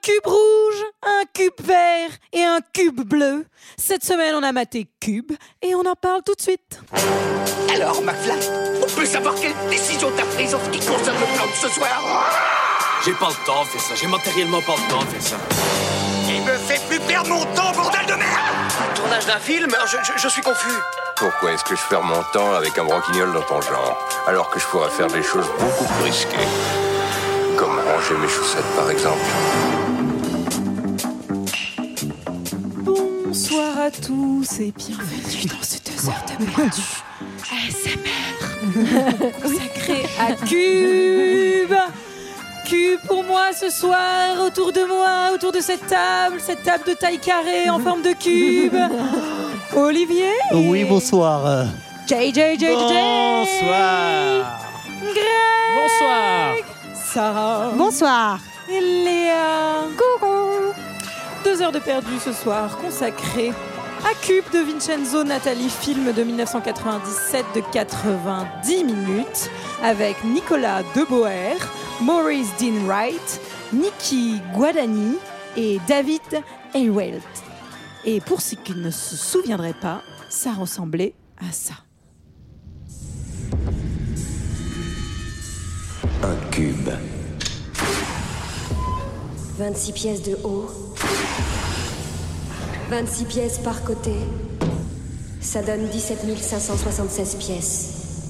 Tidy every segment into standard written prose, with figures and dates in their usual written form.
cube rouge, un cube vert et un cube bleu. Cette semaine, on a maté Cube et on en parle tout de suite. Alors, McFly, on peut savoir quelle décision t'as prise en ce qui concerne le plan de ce soir? J'ai pas le temps de faire ça, j'ai matériellement pas le temps de faire ça. Il me fait plus perdre mon temps, bordel de merde! Tournage d'un film? Je suis confus. Pourquoi est-ce que je perds mon temps avec un broquignol dans ton genre, alors que je pourrais faire des choses beaucoup plus risquées? Comme ranger mes chaussettes, par exemple. Bonsoir à tous et bienvenue dans ce 2 heures de perdu ASMR consacré à Cube. Cube pour moi ce soir, autour de moi, autour de cette table de taille carrée en forme de cube. Olivier. Oui, bonsoir. JJ. Bonsoir. Greg. Bonsoir. Sarah. Bonsoir. Et Léa. Coucou. 2 heures de perdu ce soir consacré à Cube de Vincenzo Natali, film de 1997 de 90 minutes avec Nicolas Deboer, Maurice Dean Wright, Nikki Guadagni et David Haywelt. Et pour ceux qui ne se souviendraient pas, ça ressemblait à ça. Un cube. 26 pièces de haut, 26 pièces par côté, ça donne 17 576 pièces.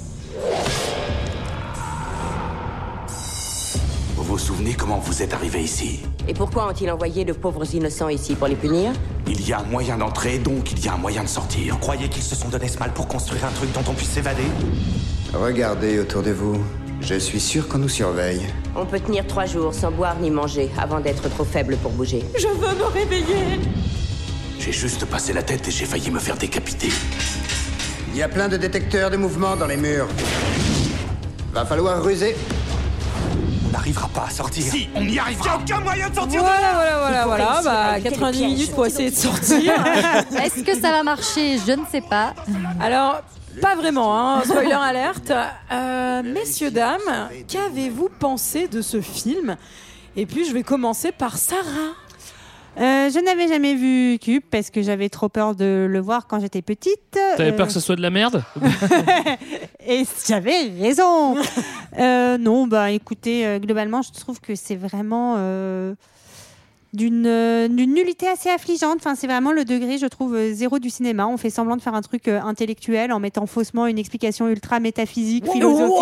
Vous vous souvenez comment vous êtes arrivé ici? Et pourquoi ont-ils envoyé de pauvres innocents ici pour les punir? Il y a un moyen d'entrer, donc il y a un moyen de sortir. Vous croyez qu'ils se sont donné ce mal pour construire un truc dont on puisse s'évader? Regardez autour de vous. Je suis sûr qu'on nous surveille. On peut tenir 3 jours sans boire ni manger avant d'être trop faible pour bouger. Je veux me réveiller. J'ai juste passé la tête et j'ai failli me faire décapiter. Il y a plein de détecteurs de mouvement dans les murs. Va falloir ruser. On n'arrivera pas à sortir. Si, on y arrivera. Il n'y a aucun moyen de sortir. Voilà. 90 minutes pour essayer de sortir. Est-ce que ça va marcher? Je ne sais pas. Alors, pas vraiment, hein. Spoiler alerte. Messieurs, dames, qu'avez-vous pensé de ce film? Et puis, je vais commencer par Sarah. Je n'avais jamais vu Cube parce que j'avais trop peur de le voir quand j'étais petite. T'avais peur que ce soit de la merde? Et j'avais raison. Non, écoutez, globalement, je trouve que c'est vraiment d'une nullité assez affligeante. Enfin, c'est vraiment le degré, je trouve, zéro du cinéma. On fait semblant de faire un truc intellectuel en mettant faussement une explication ultra métaphysique, philosophique.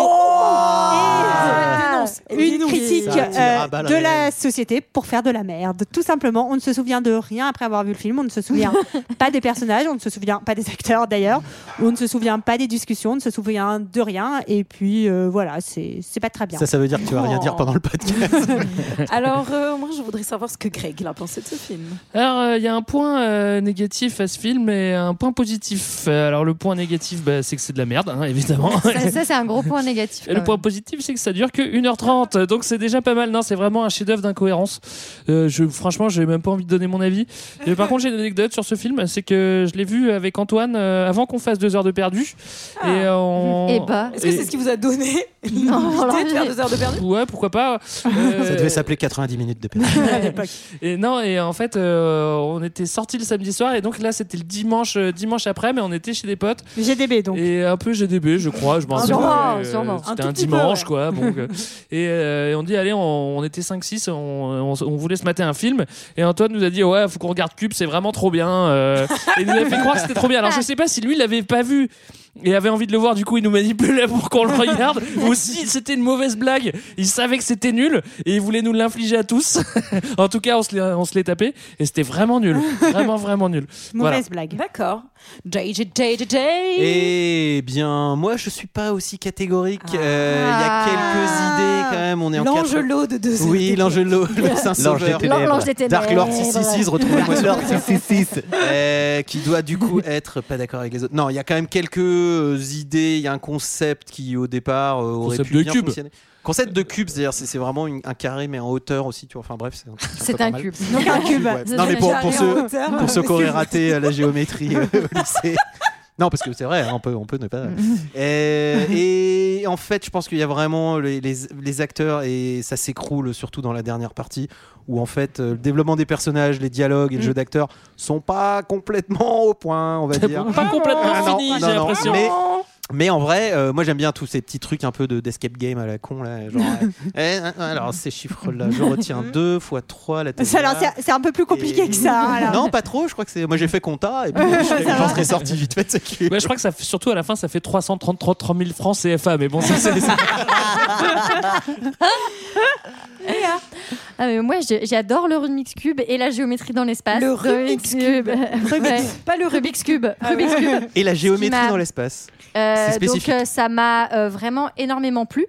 Une critique de la société pour faire de la merde. Tout simplement, on ne se souvient de rien après avoir vu le film. On ne se souvient pas des personnages, on ne se souvient pas des acteurs d'ailleurs. On ne se souvient pas des discussions, on ne se souvient de rien. Et puis voilà, c'est pas très bien. Ça veut dire que tu vas rien dire pendant le podcast. Alors, moi, je voudrais savoir ce que Greg a pensé de ce film. Alors, il y a un point négatif à ce film et un point positif. Alors, le point négatif, c'est que c'est de la merde, hein, évidemment. Ça, c'est un gros point négatif. Et le point positif, c'est que ça dure que 1h30. Donc, c'est déjà pas mal. Non, c'est vraiment un chef-d'œuvre d'incohérence. Franchement, j'ai même pas envie de donner mon avis. Et, par contre, j'ai une anecdote sur ce film. C'est que je l'ai vu avec Antoine avant qu'on fasse 2 heures de perdu. Est-ce que c'est ce qui vous a donné l'idée de faire 2 heures de perdu? Ouais, pourquoi pas. Ça devait s'appeler 90 minutes de perdu. À l'époque. Et en fait, on était sortis le samedi soir et donc là, c'était le dimanche après, mais on était chez des potes. GDB donc. Et un peu GDB, je crois. Je m'en Sûrement. C'était un dimanche, quoi. Donc, et on dit, allez, on était 5-6, on voulait se mater un film. Et Antoine nous a dit, ouais, faut qu'on regarde Cube, c'est vraiment trop bien. Et il nous a fait croire que c'était trop bien. Alors, je sais pas si lui, il l'avait pas vu et avait envie de le voir, du coup il nous manipulait pour qu'on le regarde, ou si c'était une mauvaise blague, il savait que c'était nul et il voulait nous l'infliger à tous. En tout cas on se l'est tapé et c'était vraiment nul, vraiment nul. Mauvaise blague. D'accord. JJ. Eh bien, moi je suis pas aussi catégorique. Il y a quelques idées quand même. On est en l'Angelot de 2 heures. Oui, l'Angelot, le Saint-Sauveur. L'ange des ténèbres. Dark Lord 666, retrouvez-moi sur Lord 666. Qui doit du coup être pas d'accord avec les autres. Non, il y a quand même quelques idées. Il y a un concept qui au départ aurait pu bien fonctionner. Concept de cube, c'est-à-dire c'est vraiment un carré mais en hauteur aussi, tu vois. Enfin bref, c'est un cube. Donc un cube. Ouais. Non mais pour ceux qui auraient raté la géométrie au lycée, Non, parce que c'est vrai, on peut ne pas. Et en fait, je pense qu'il y a vraiment les acteurs et ça s'écroule surtout dans la dernière partie où en fait le développement des personnages, les dialogues et le jeu d'acteurs sont pas complètement au point, on va dire. Pas complètement fini, j'ai l'impression. Mais en vrai, moi j'aime bien tous ces petits trucs un peu d'escape game à la con là. Genre, alors ces chiffres-là, je retiens 2 x 3 la tête. Alors c'est un peu plus compliqué que ça. Alors. Non, pas trop. Je crois que c'est. Moi j'ai fait compta et puis j'en serais sorti vite fait de ce cul. Ouais, je crois que ça, surtout à la fin, ça fait 333 000 francs CFA. Mais bon, ça c'est. Moi j'adore le Rubik's Cube et la géométrie dans l'espace. Le Rubik's Cube. Pas le Rubik's Cube. Rubik's Cube. Et la géométrie dans l'espace. C'est spécifique. Donc ça m'a vraiment énormément plu.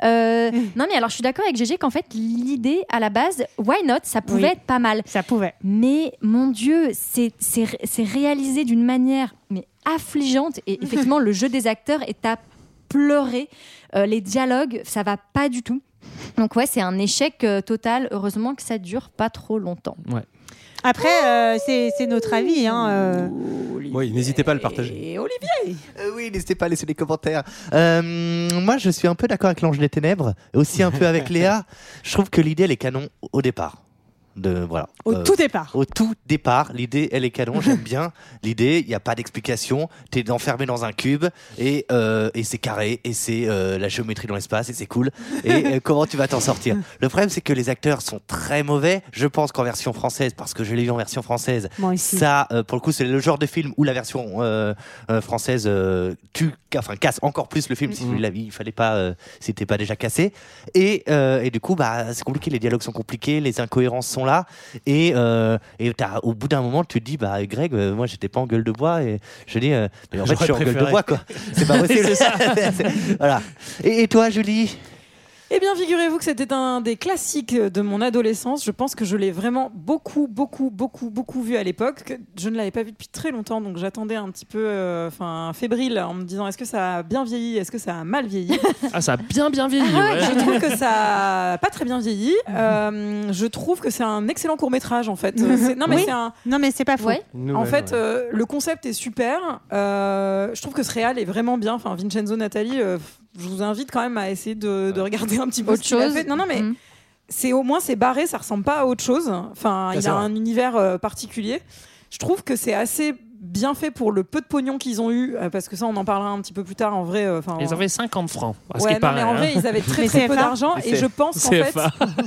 Non mais alors je suis d'accord avec GG qu'en fait l'idée à la base, why not, ça pouvait être pas mal. Ça pouvait. Mais mon Dieu, c'est réalisé d'une manière mais affligeante et effectivement le jeu des acteurs est à pleurer. Les dialogues, ça va pas du tout. Donc ouais, c'est un échec total. Heureusement que ça dure pas trop longtemps. Ouais. Après, c'est notre avis. Hein, Oui, n'hésitez pas à le partager. Et Olivier Oui, n'hésitez pas à laisser des commentaires. Moi, je suis un peu d'accord avec l'Ange des Ténèbres, aussi un peu avec Léa. Je trouve que l'idée, elle est canon au départ. Au tout départ. Au tout départ, l'idée, elle est canon. J'aime bien l'idée. Il n'y a pas d'explication. T'es enfermé dans un cube et c'est carré et c'est la géométrie dans l'espace et c'est cool. Et comment tu vas t'en sortir ? Le problème, c'est que les acteurs sont très mauvais. Je pense qu'en version française, parce que je l'ai vu en version française, ça, pour le coup, c'est le genre de film où la version française casse encore plus le film. Si vous l'avez, il fallait pas, c'était pas déjà cassé. Et du coup, c'est compliqué. Les dialogues sont compliqués, les incohérences sont là. Et au bout d'un moment, tu te dis, Greg, moi j'étais pas en gueule de bois et je dis, mais en fait je suis en gueule de bois quoi. C'est pas possible. Voilà. Et toi, Julie? Eh bien, figurez-vous que c'était un des classiques de mon adolescence. Je pense que je l'ai vraiment beaucoup vu à l'époque. Je ne l'avais pas vu depuis très longtemps, donc j'attendais un petit peu fébrile en me disant est-ce que ça a bien vieilli, est-ce que ça a mal vieilli. Ah, ça a bien vieilli. Ouais. Je trouve que ça a pas très bien vieilli. Je trouve que c'est un excellent court-métrage en fait. Non mais c'est pas faux. Ouais. En fait, le concept est super. Je trouve que ce réal est vraiment bien. Enfin, Vincenzo Natali. Je vous invite quand même à essayer de regarder un petit peu autre ce qu'il a chose. fait. Non, mais c'est au moins c'est barré, ça ressemble pas à autre chose. Enfin, il a un univers particulier. Je trouve que c'est assez bien fait pour le peu de pognon qu'ils ont eu, parce que ça on en parlera un petit peu plus tard en vrai. Ils avaient 50 francs. Mais en vrai ils avaient très peu d'argent et je pense qu'en fait.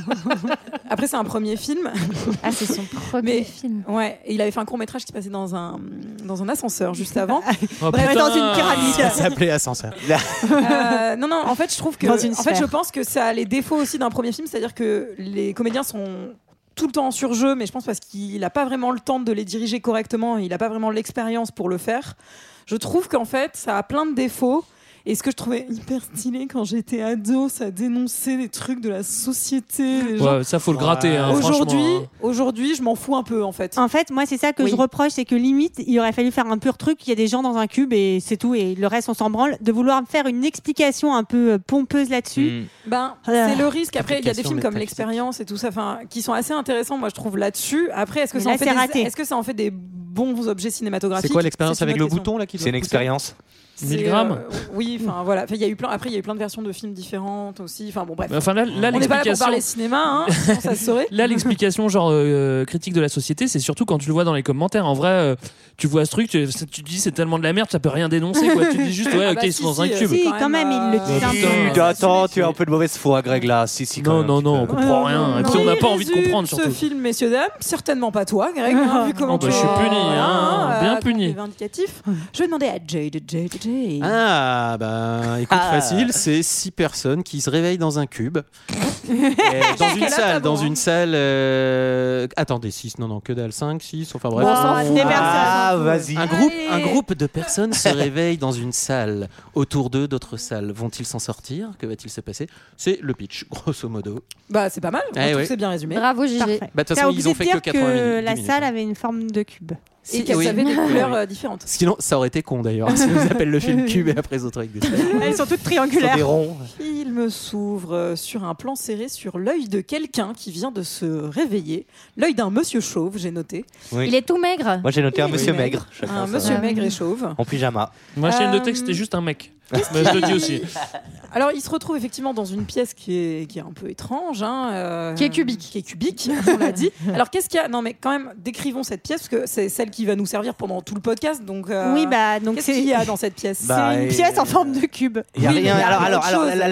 Après c'est un premier film. Ah c'est son premier film. Ouais, et il avait fait un court métrage qui passait dans un ascenseur juste avant. Bref, dans une pyramide. Ça s'appelait ascenseur. Non, en fait je trouve que je pense que ça a les défauts aussi d'un premier film, c'est-à-dire que les comédiens sont tout le temps en surjeu, mais je pense parce qu'il n'a pas vraiment le temps de les diriger correctement, il n'a pas vraiment l'expérience pour le faire. Je trouve qu'en fait, ça a plein de défauts. Et ce que je trouvais hyper stylé quand j'étais ado, ça dénonçait des trucs de la société. Les gens. Ouais, ça faut le gratter. Hein, aujourd'hui, je m'en fous un peu en fait. En fait, moi, c'est ça que je reproche, c'est que limite, il aurait fallu faire un pur truc. Il y a des gens dans un cube et c'est tout, et le reste, on s'en branle. De vouloir faire une explication un peu pompeuse là-dessus. C'est le risque. Après, il y a des films comme L'Expérience et tout ça, qui sont assez intéressants, moi, je trouve là-dessus. Après, est-ce que ça en fait des bons objets cinématographiques? C'est quoi l'expérience avec le bouton là qui C'est une expérience. 1000 grammes. Oui, enfin voilà. Il y a eu plein de versions de films différentes aussi. Enfin bon, bref. Enfin là, on n'est pas là pour parler cinéma, hein. Ça se saurait. Là, l'explication genre critique de la société, c'est surtout quand tu le vois dans les commentaires. En vrai, tu vois ce truc, tu te dis c'est tellement de la merde, ça peut rien dénoncer. Quoi. Tu te dis juste ils sont dans un cube. Si, quand même, il le dit. Attends, tu as un peu de mauvaise foi, Greg là. Non, on comprend rien. Et puis on n'a pas envie de comprendre surtout. Ce film, messieurs dames, certainement pas toi, Greg. Vu comment je suis puni, bien puni. Vindicatif. Je vais demander à Jade. Écoute, facile, c'est 6 personnes qui se réveillent dans un cube. dans une salle. Attendez, 6, non, que dalle, 5, 6, enfin bref. Vas-y. Un groupe de personnes se réveille dans une salle. Autour d'eux, d'autres salles. Vont-ils s'en sortir? Que va-t-il se passer? C'est le pitch, grosso modo. C'est pas mal. C'est bien résumé. Bravo, Gégé. De toute façon, ils ont fait que 80 minutes. La salle avait une forme de cube. Et qu'elles avaient des couleurs différentes. Sinon, ça aurait été con d'ailleurs. Si on appelle le film cube et après les autres avec des sphères. Elles sont toutes triangulaires. Des ronds. Le film s'ouvre sur un plan serré sur l'œil de quelqu'un qui vient de se réveiller. L'œil d'un monsieur chauve, j'ai noté. Oui. Il est tout maigre. Moi j'ai noté un Oui, monsieur oui, maigre. Un monsieur maigre et chauve. En pyjama. Moi, j'ai noté que c'était juste un mec. Mais je le dis aussi. Alors, il se retrouve effectivement dans une pièce qui est un peu étrange. Qui est cubique. Qui est cubique, on l'a dit. Alors, qu'est-ce qu'il y a ? Non, mais quand même, décrivons cette pièce, parce que c'est celle qui va nous servir pendant tout le podcast. Donc, Oui, bah, donc qu'est-ce qu'il y a dans cette pièce ? C'est une pièce en forme de cube. Il y a Oui, rien. mais il y a Alors, autre chose.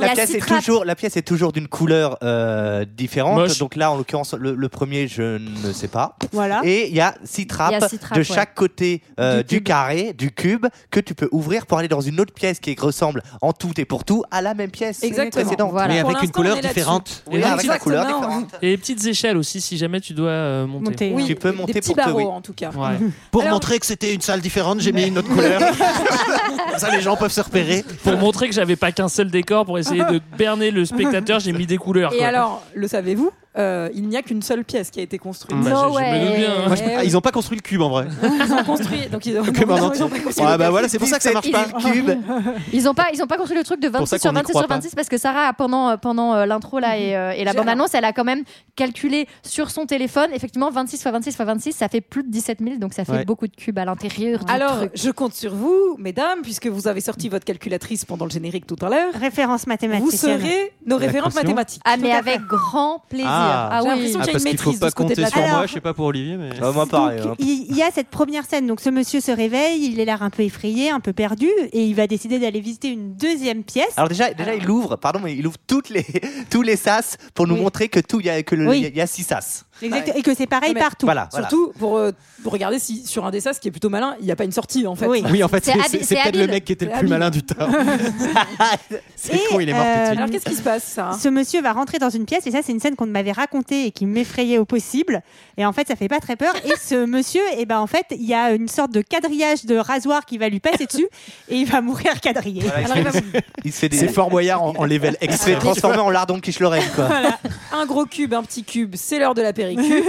la pièce est toujours d'une couleur différente. Moche. Donc là, en l'occurrence, le premier, je ne sais pas. Voilà. Et il y a 6 trappes, de chaque côté du carré, du cube, que tu peux ouvrir pour aller dans une autre pièce qui ressemble en tout et pour tout à la même pièce précédente. Voilà. Mais Pour avec une l'instant, couleur on est là-dessus. différente. Oui, avec la couleur différente. Et les petites échelles aussi, si jamais tu dois monter. Oui, Tu peux des monter petits pour te- barreaux, oui. en tout cas. Ouais. Pour Alors- montrer que c'était une salle différente, j'ai mis une autre couleur. Comme ça, les gens peuvent se repérer. Pour montrer que j'avais pas qu'un seul décor, pour essayer de berner le spectateur, j'ai mis des couleurs. Et quoi. alors, le savez-vous ? Il n'y a qu'une seule pièce qui a été construite. Bah, No je me doute bien. hein. Moi, Eh oui. ils ont pas construit le cube en vrai. Ils ont construit. Donc, ils ont, Le cube en ils ont entier. pas construit. Ouais, bah voilà, c'est pour ça que ça marche pas. Cube. Ils ont pas construit le truc de Pour ça 26 sur qu'on n'y 26 croit sur pas. 26 parce que Sarah, pendant l'intro là et la bande-annonce, elle a quand même calculé sur son téléphone. Effectivement, 26 x 26 x 26, ça fait plus de 17 000, donc ça fait Ouais. beaucoup de cubes à l'intérieur. du Alors, truc. je compte sur vous, mesdames, puisque vous avez sorti votre calculatrice pendant le générique tout à l'heure. Référence mathématique. Vous serez nos référentes pression. mathématiques. Ah, mais Tout à avec fait. grand plaisir. Ah. J'ai oui. l'impression qu'il y a parce une qu'il faut maîtrise pas de ce côté de compter la sur table. moi, je sais pas pour Olivier, mais. Moi pareil. Donc, il y a cette première scène. Donc, ce monsieur se réveille, il est l'air un peu effrayé, un peu perdu, et il va décider d'aller visiter une deuxième pièce. Alors déjà il ouvre, mais il ouvre tous les sas pour nous Oui. montrer que tout, il Oui. y a 6 sas. Exact. Et que c'est pareil Non, mais- partout. Voilà. Surtout pour regarder si sur un des sas, ce qui est plutôt malin, il n'y a pas une sortie en fait. Oui. Oui, en fait, C'est c'est peut-être le habile. mec qui était le C'est plus habile. malin du tas. C'est Et, con, il est mort tout de suite. Alors qu'est-ce qui se passe, Sarah ? Ce monsieur va rentrer dans une pièce et ça c'est une scène qu'on m'avait racontée et qui m'effrayait au possible et en fait ça fait pas très peur et ce monsieur et ben en fait il y a une sorte de quadrillage de rasoir qui va lui passer dessus et il va mourir quadrillé. Voilà, Alors, il va- il se fait C'est Fort Boyard en level il se fait extrême. transformer en lardon quiche Lorraine quoi. un gros cube, un petit cube, c'est l'heure de la péricube.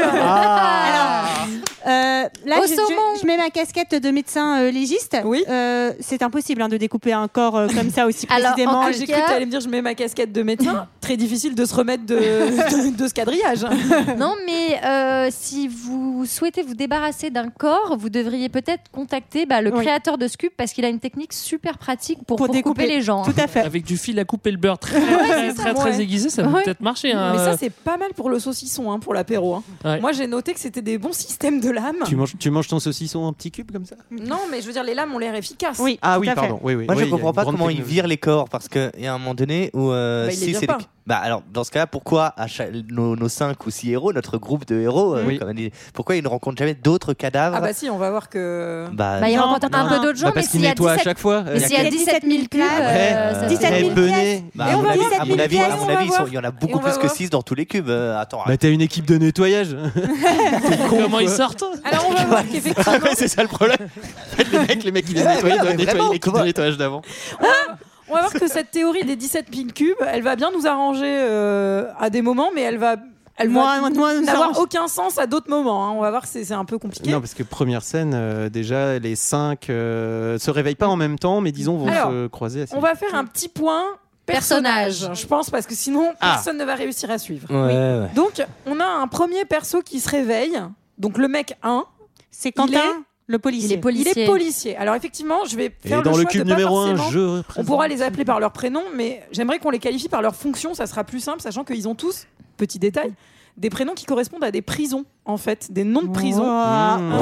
Ah. Là Au je, saumon. je mets ma casquette de médecin légiste. Oui. C'est impossible hein, de découper un corps comme ça aussi Alors, précisément. en Ah, tout j'ai cas- cru que tu allais me dire je mets ma casquette de médecin. Très difficile de se remettre de ce quadrillage. Non, mais si vous souhaitez vous débarrasser d'un corps, vous devriez peut-être contacter le Oui. créateur de Scoop parce qu'il a une technique super pratique pour Pour couper découper. les gens. Tout à fait. Avec du fil à couper le beurre très aiguisé, ça peut Ouais. peut-être marcher. hein. Mais ça c'est pas mal pour le saucisson, hein, pour l'apéro. hein. Ouais. Moi j'ai noté que c'était des bons systèmes de lames. Tu manges ton saucisson en petits cubes comme ça? Non mais je veux dire les lames ont l'air efficaces. Oui. Ah tout oui, à fait. pardon. Oui, oui. Moi, Oui, je il y a comprends une pas grande comment ils technologie. virent les corps parce qu'il y a un moment donné où il les si vire c'est pas. Bah alors dans ce cas-là, pourquoi nos 5 ou 6 héros, notre groupe de héros, Oui. comme on dit, pourquoi ils ne rencontrent jamais d'autres cadavres? Ah bah si, on va voir que. Bah, il Non, rencontre un non. peu d'autres gens, Bah, mais parce qu'il s'il y a nettoie à 17 chaque fois. mais s'il y a 17 000 cubes, ça 17 fait- 000 Benet. Bah, Et à on mon va avis, voir à mon cette avis, pièce, à mon on va avis, voir. il y en a Et beaucoup on va plus que voir. 6 dans tous les cubes. Attends, Bah t'as une équipe de nettoyage. Comment ils sortent? Alors on va voir qu'effectivement. Ah ouais, c'est ça le problème. En fait, les mecs qui les nettoient, ils doivent mais nettoyer vraiment, l'équipe de comment- nettoyage d'avant. On va voir que cette théorie des 17 000 cubes, elle va bien nous arranger à des moments, mais elle va Moi, nous n'avoir arrange. aucun sens à d'autres moments. hein. On va voir que c'est un peu compliqué. Non, parce que première scène, déjà, les 5 se réveillent pas en même temps, mais disons vont Alors, se croiser assez On va faire un petit point personnage, je pense, parce que sinon Ah. personne ne va réussir à suivre. Ouais. Donc, on a un premier perso qui se réveille. Donc le mec 1, C'est Quentin, le policier. Il est policier. il est policier. Alors effectivement, je vais Et faire dans le choix cube de pas numéro 1, forcément- je On représente. pourra les appeler par leur prénom, mais j'aimerais qu'on les qualifie par leur fonction. Ça sera plus simple, sachant qu'ils ont tous, petit détail, des prénoms qui correspondent à des prisons, en fait, des noms de prisons. Mmh.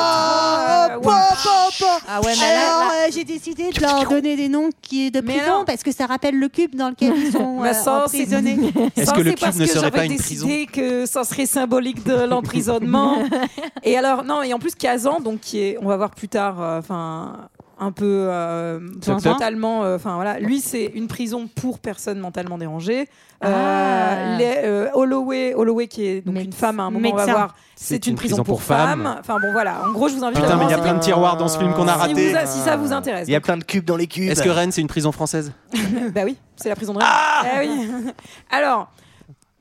Ah ouais, mais là, Alors, j'ai décidé de leur donner des noms de Mais prison alors- parce que ça rappelle le cube dans lequel ils sont Mais ça, c'est- emprisonnés. Est-ce Ça, que le c'est cube parce ne que serait pas j'avais une prison? décidé que ça serait symbolique de l'emprisonnement. Et alors, non, et en plus, Kazan, donc, qui est, on va voir plus tard, enfin. Un peu Toc, toc. mentalement, enfin voilà, lui c'est une prison pour personnes mentalement dérangées. Ah. Holloway qui est donc une femme à un moment, on va Médecin. voir, c'est une prison pour femmes. Enfin bon voilà, en gros je vous invite Putain, à mais il y a vous plein de tiroirs dans ce film qu'on a renseigner si, raté. si ça vous intéresse. Il y a plein de cubes dans les cubes. Est-ce que Rennes, c'est une prison française? Bah oui, c'est la prison de Rennes. Eh oui. Alors,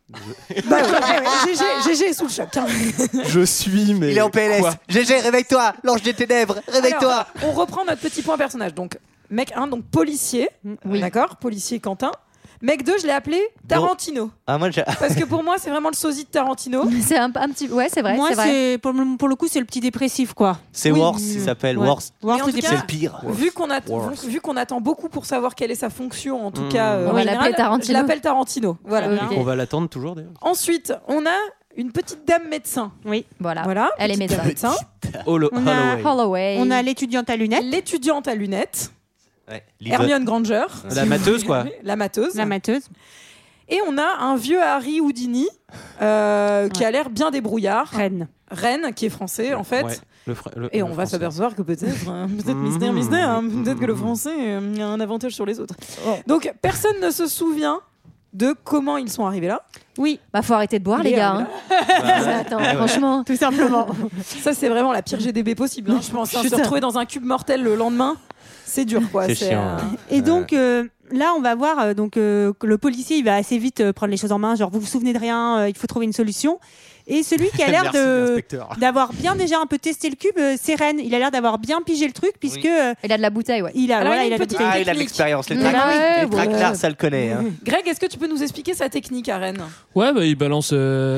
Bah ouais, GG est sous le choc. Hein. Je suis, mais. Il est en PLS. Quoi GG, réveille-toi. L'ange des ténèbres, réveille-toi. Alors, on reprend notre petit point personnage. Donc, mec 1, donc policier. Oui. D'accord, policier Quentin. Mec 2, je l'ai appelé Tarantino. Ah, moi, Parce que pour moi, c'est vraiment le sosie de Tarantino. C'est un petit. Ouais, c'est vrai. Moi, c'est vrai. pour le coup, c'est le petit dépressif, quoi. C'est Oui. Worse, il s'appelle Ouais. Worse. Mais en tout C'est cas, le pire. vu qu'on attend beaucoup pour savoir quelle est sa fonction, en tout cas, On en va général, l'appeler Tarantino. Je l'appelle Tarantino. Voilà. Ok. On va l'attendre toujours d'ailleurs. Ensuite, on a une petite dame médecin. Oui. Voilà. Elle est petite médecin. dame On a- Holloway. On a l'étudiante à lunettes. L'étudiante à lunettes. Ouais. Hermione Granger. La mateuse, quoi. La mateuse. La mateuse. Et on a un vieux Harry Houdini qui a l'air bien débrouillard. Rennes, qui est français en fait. Ouais, et on va s'apercevoir que peut-être mystère, peut-être que le français a un avantage sur les autres. Donc personne ne se souvient de comment ils sont arrivés là. Oui. Bah faut arrêter de boire les gars. Hein. Attends, franchement. Tout simplement. Ça c'est vraiment la pire GDB possible. Hein. Je pense se retrouver dans un cube mortel le lendemain. C'est dur, quoi. C'est chiant. Et donc là, on va voir que le policier, il va assez vite prendre les choses en main. Genre, vous vous souvenez de rien, il faut trouver une solution. Et celui qui a l'air d'avoir bien déjà un peu testé le cube, c'est Rennes. Il a l'air d'avoir bien pigé le truc puisque il a de la bouteille, ouais. Alors, il a il a de l'expérience. Les Ouais, traquenards, ça le connaît. Hein. Greg, est-ce que tu peux nous expliquer sa technique à Rennes? Ouais, bah, il balance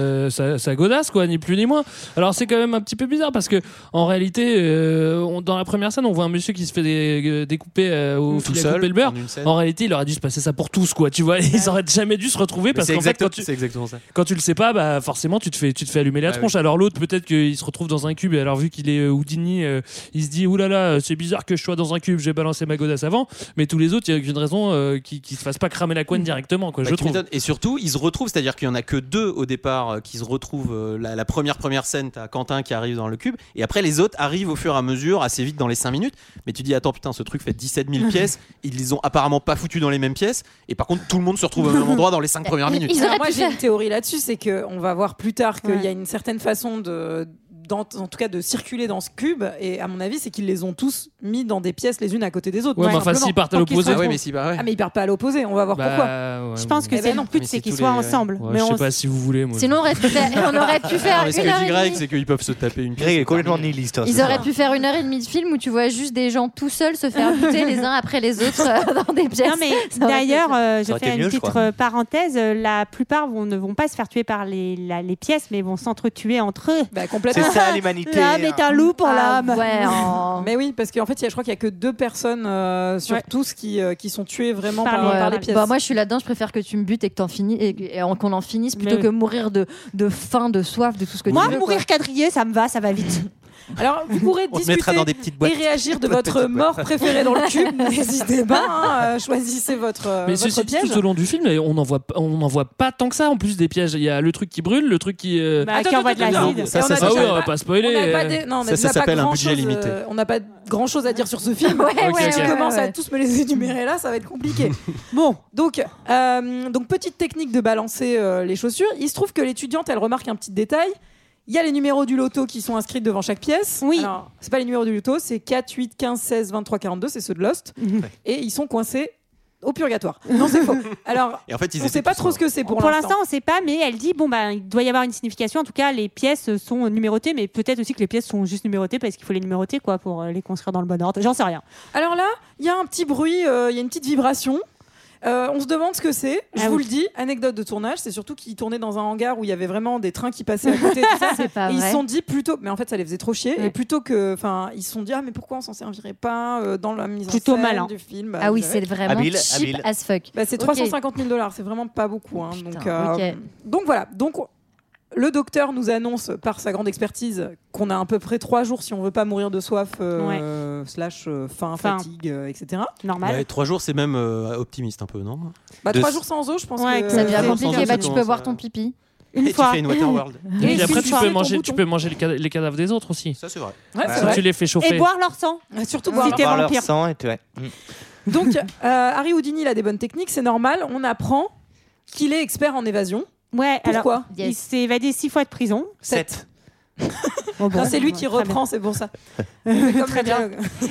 sa godasse, quoi, ni plus ni moins. Alors c'est quand même un petit peu bizarre parce que en réalité, dans la première scène, on voit un monsieur qui se fait découper au fil à couper le beurre. En réalité, il aurait dû se passer ça pour tous, quoi. Tu vois, ils auraient jamais dû se retrouver parce qu'en fait, c'est exactement ça. quand tu le sais pas, bah forcément, tu te fais allumer la tronche. Alors l'autre, peut-être qu'il se retrouve dans un cube. Et alors vu qu'il est Houdini, il se dit oulala, c'est bizarre que je sois dans un cube. J'ai balancé ma godasse avant. Mais tous les autres, il y a aucune raison qu'ils se fassent pas cramer la couenne directement, quoi. Je trouve. Et surtout, ils se retrouvent, c'est-à-dire qu'il y en a que 2 au départ qui se retrouvent. La première scène, t'as Quentin qui arrive dans le cube, et après les autres arrivent au fur et à mesure, assez vite dans les 5 minutes. Mais tu dis attends putain, ce truc fait 17 000 pièces. Ils les ont apparemment pas foutus dans les mêmes pièces. Et par contre, tout le monde se retrouve au même endroit dans les 5 premières minutes. Alors moi, j'ai une théorie là-dessus, c'est qu'on va voir plus tard qu'il y a une certaine façon en tout cas de circuler dans ce cube, et à mon avis c'est qu'ils les ont tous mis dans des pièces les unes à côté des autres. Ouais, mais enfin s'ils partent à l'opposé. Ah mais ils partent pas à l'opposé, on va voir pourquoi. Ouais, je pense que c'est le but, c'est qu'ils soient ensemble. Ouais, mais je sais pas si vous voulez, moi. Sinon on aurait pu faire ce que dit Greg, c'est qu'ils peuvent se taper une pièce. Greg est complètement nihiliste. Ils auraient pu faire 1h30 de film où tu vois juste des gens tout seuls se faire buter les uns après les autres dans des pièces. Non mais d'ailleurs, je fais une petite parenthèse, la plupart ne vont pas se faire tuer par les pièces, mais vont s'entretuer entre eux. Bah, complètement. C'est ça l'humanité. L'âme est un loup pour l'âme. Ouais. Mais oui, parce qu'en fait, je crois qu'il y a que 2 personnes sur tous qui sont tuées vraiment par les pièces. Bah, moi, je suis là-dedans. Je préfère que tu me butes et que t'en finis et qu'on en finisse plutôt que mourir de faim, de soif, de tout ce que tu veux. Moi, mourir quadrillé, ça me va, ça va vite. Alors, vous pourrez discuter dans des petites boîtes. et réagir de votre mort préférée dans le cube. N'hésitez pas, choisissez votre Mais votre ceci dit, piège. tout au long du film, on n'en voit pas tant que ça en plus des pièges. Il y a le truc qui brûle, le truc qui. Qui envoie de l'acide. On va pas spoiler. Ça s'appelle un budget limité. On n'a pas grand chose à dire sur ce film. Si tu commences à tous me les énumérer là, ça va être compliqué. Bon, donc petite technique de balancer les chaussures. Il se trouve que l'étudiante, elle remarque un petit détail. Il y a les numéros du loto qui sont inscrits devant chaque pièce. Oui. Alors, c'est pas les numéros du loto, c'est 4, 8, 15, 16, 23, 42, c'est ceux de Lost. Et ils sont coincés au purgatoire. Non, c'est faux. Alors, et en fait, on ne sait pas trop ce que c'est pour l'instant, on ne sait pas, mais elle dit il doit y avoir une signification. En tout cas, les pièces sont numérotées, mais peut-être aussi que les pièces sont juste numérotées parce qu'il faut les numéroter pour les construire dans le bon ordre. J'en sais rien. Alors là, il y a un petit bruit, il y a une petite vibration. On se demande ce que c'est. Je vous le dis, anecdote de tournage, c'est surtout qu'ils tournaient dans un hangar où il y avait vraiment des trains qui passaient à côté. Tout ça. C'est pas et ils vrai. se sont dit plutôt, mais en fait ça les faisait trop chier. Et plutôt que, ils se sont dit mais pourquoi on s'en servirait pas dans la mise en scène malin du film. Ah oui, c'est vraiment cheap as fuck. C'est $350 000, c'est vraiment pas beaucoup. Hein. Putain, donc voilà. Donc le docteur nous annonce par sa grande expertise qu'on a à peu près 3 jours si on veut pas mourir de soif / faim, fatigue, etc. Normal. Ouais, 3 jours, c'est même optimiste un peu, non? 3 jours sans eau, je pense que ça devient c'est compliqué. Tu peux boire ton pipi. Une fois. Tu fais une Waterworld. Et après, tu peux manger les cadavres des autres aussi. Ça, c'est vrai. Si tu les fais chauffer. Et boire leur sang. Surtout boire leur sang. Donc, Harry Houdini, il a des bonnes techniques, c'est normal. On apprend qu'il est expert en évasion. Ouais, pourquoi il s'est évadé 6 fois de prison. 7. Non, c'est lui qui reprend, c'est pour ça. Comme très bien.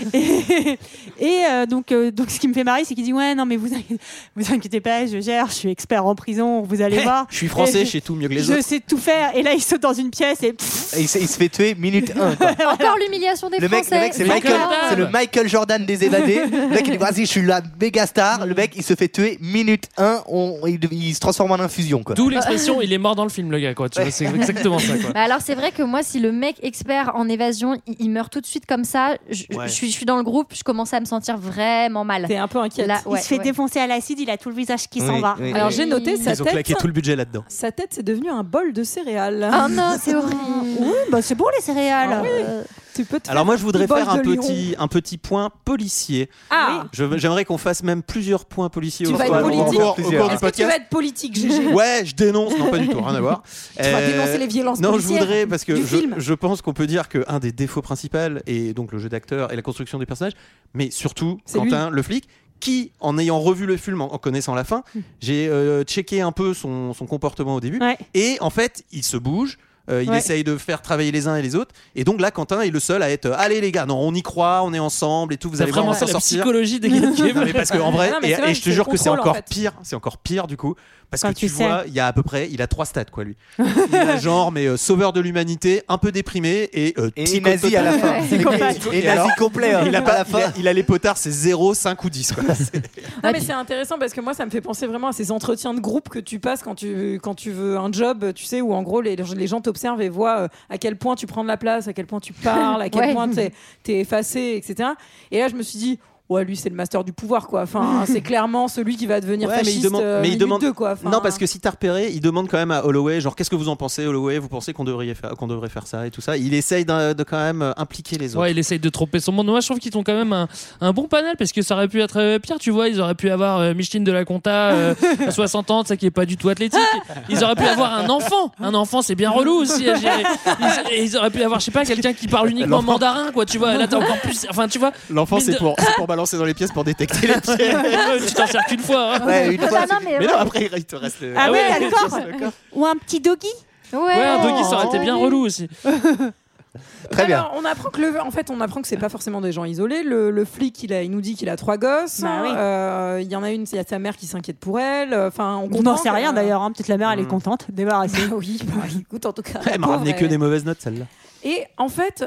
Et donc, ce qui me fait marrer, c'est qu'il dit ouais, non, mais vous inquiétez pas, je gère, je suis expert en prison, vous allez voir. Je suis français, je sais tout mieux que les autres. Je sais tout faire. Et là, il saute dans une pièce et il se fait tuer minute 1. Quoi. Encore l'humiliation des Français. Le mec, c'est le Michael Jordan des évadés. Le mec, il dit vas-y, je suis la méga star. Le mec, il se fait tuer minute 1. Il se transforme en infusion. Quoi. D'où l'expression, il est mort dans le film, le gars. Quoi. Tu vois, c'est exactement ça. Quoi. Bah alors, c'est vrai que moi, si le mec expert en évasion, il meurt tout de suite comme ça, je suis dans le groupe, je commence à me sentir vraiment mal. T'es un peu inquiète. Il se fait défoncer à l'acide, il a tout le visage qui s'en va. Alors j'ai noté sa tête. Ils ont claqué tout le budget là-dedans. Sa tête, c'est devenu un bol de céréales. Oh non, c'est horrible. Oui, bah c'est bon les céréales. Ah, oui. Tu peux Alors moi je voudrais faire un petit point policier. Ah. J'aimerais qu'on fasse même plusieurs points policiers au cours du podcast. Tu vas être politique, GG. Ouais, je dénonce. Non, pas du tout, rien à voir. Tu vas dénoncer les violences policières. Non, je voudrais parce que je pense qu'on peut dire qu'un des défauts principaux est donc le jeu d'acteur et la construction des personnages, mais surtout Quentin, le flic, qui, en ayant revu le film, en connaissant la fin, j'ai checké un peu son comportement au début, et en fait, il se bouge. Il essaye de faire travailler les uns et les autres, et donc là Quentin est le seul à être allez les gars, non on y croit, on est ensemble et tout, vous allez vraiment s'en sortir. La psychologie des gars. Non, mais parce qu'en vrai, et je te jure que c'est encore pire, du coup, parce que tu vois, il y a à peu près, il a 3 stats quoi lui. Il a genre sauveur de l'humanité, un peu déprimé et nazi à la fin. Et nazi complet. Il a les potards, c'est 0, 5 ou 10 quoi. Non mais c'est intéressant parce que moi ça me fait penser vraiment à ces entretiens de groupe que tu passes quand tu veux un job, tu sais, où en gros les gens t'observent et voient à quel point tu prends de la place, à quel point tu parles, à quel point t'es effacé, etc. Et là je me suis dit ouais, lui c'est le master du pouvoir quoi. Enfin, c'est clairement celui qui va devenir fasciste. Mais il demande quoi. Enfin, non, parce que si t'as repéré, il demande quand même à Holloway genre qu'est-ce que vous en pensez Holloway, vous pensez qu'on devrait faire ça et tout ça. Il essaye de quand même impliquer les autres. Ouais, il essaye de tromper son monde. Moi je trouve qu'ils ont quand même un bon panel parce que ça aurait pu être pire, tu vois, ils auraient pu avoir Micheline de la Conta à 60 ans, ça qui est pas du tout athlétique. Ils auraient pu avoir un enfant c'est bien relou aussi à gérer. Ils auraient pu avoir je sais pas quelqu'un qui parle uniquement mandarin quoi, tu vois. Là t'es encore plus enfin tu vois. L'enfant c'est pour balancer dans les pièces pour détecter les pièges. Tu t'en sers qu'une fois. Hein. Ouais, une fois. Mais non, après il te reste. Ah ouais, d'accord. Ou un petit doggy. Ouais, un doggy ça aurait été bien relou aussi. Très bien. Alors, on apprend que c'est pas forcément des gens isolés. Le flic, il nous dit qu'il a 3 gosses. Il y en a une, il y a sa mère qui s'inquiète pour elle. Enfin, on n'en sait rien d'ailleurs. Hein. Peut-être la mère, elle est contente, débarrassée. Oui, écoute, en tout cas. Elle m'a ramené que des mauvaises notes, celle-là. Et en fait.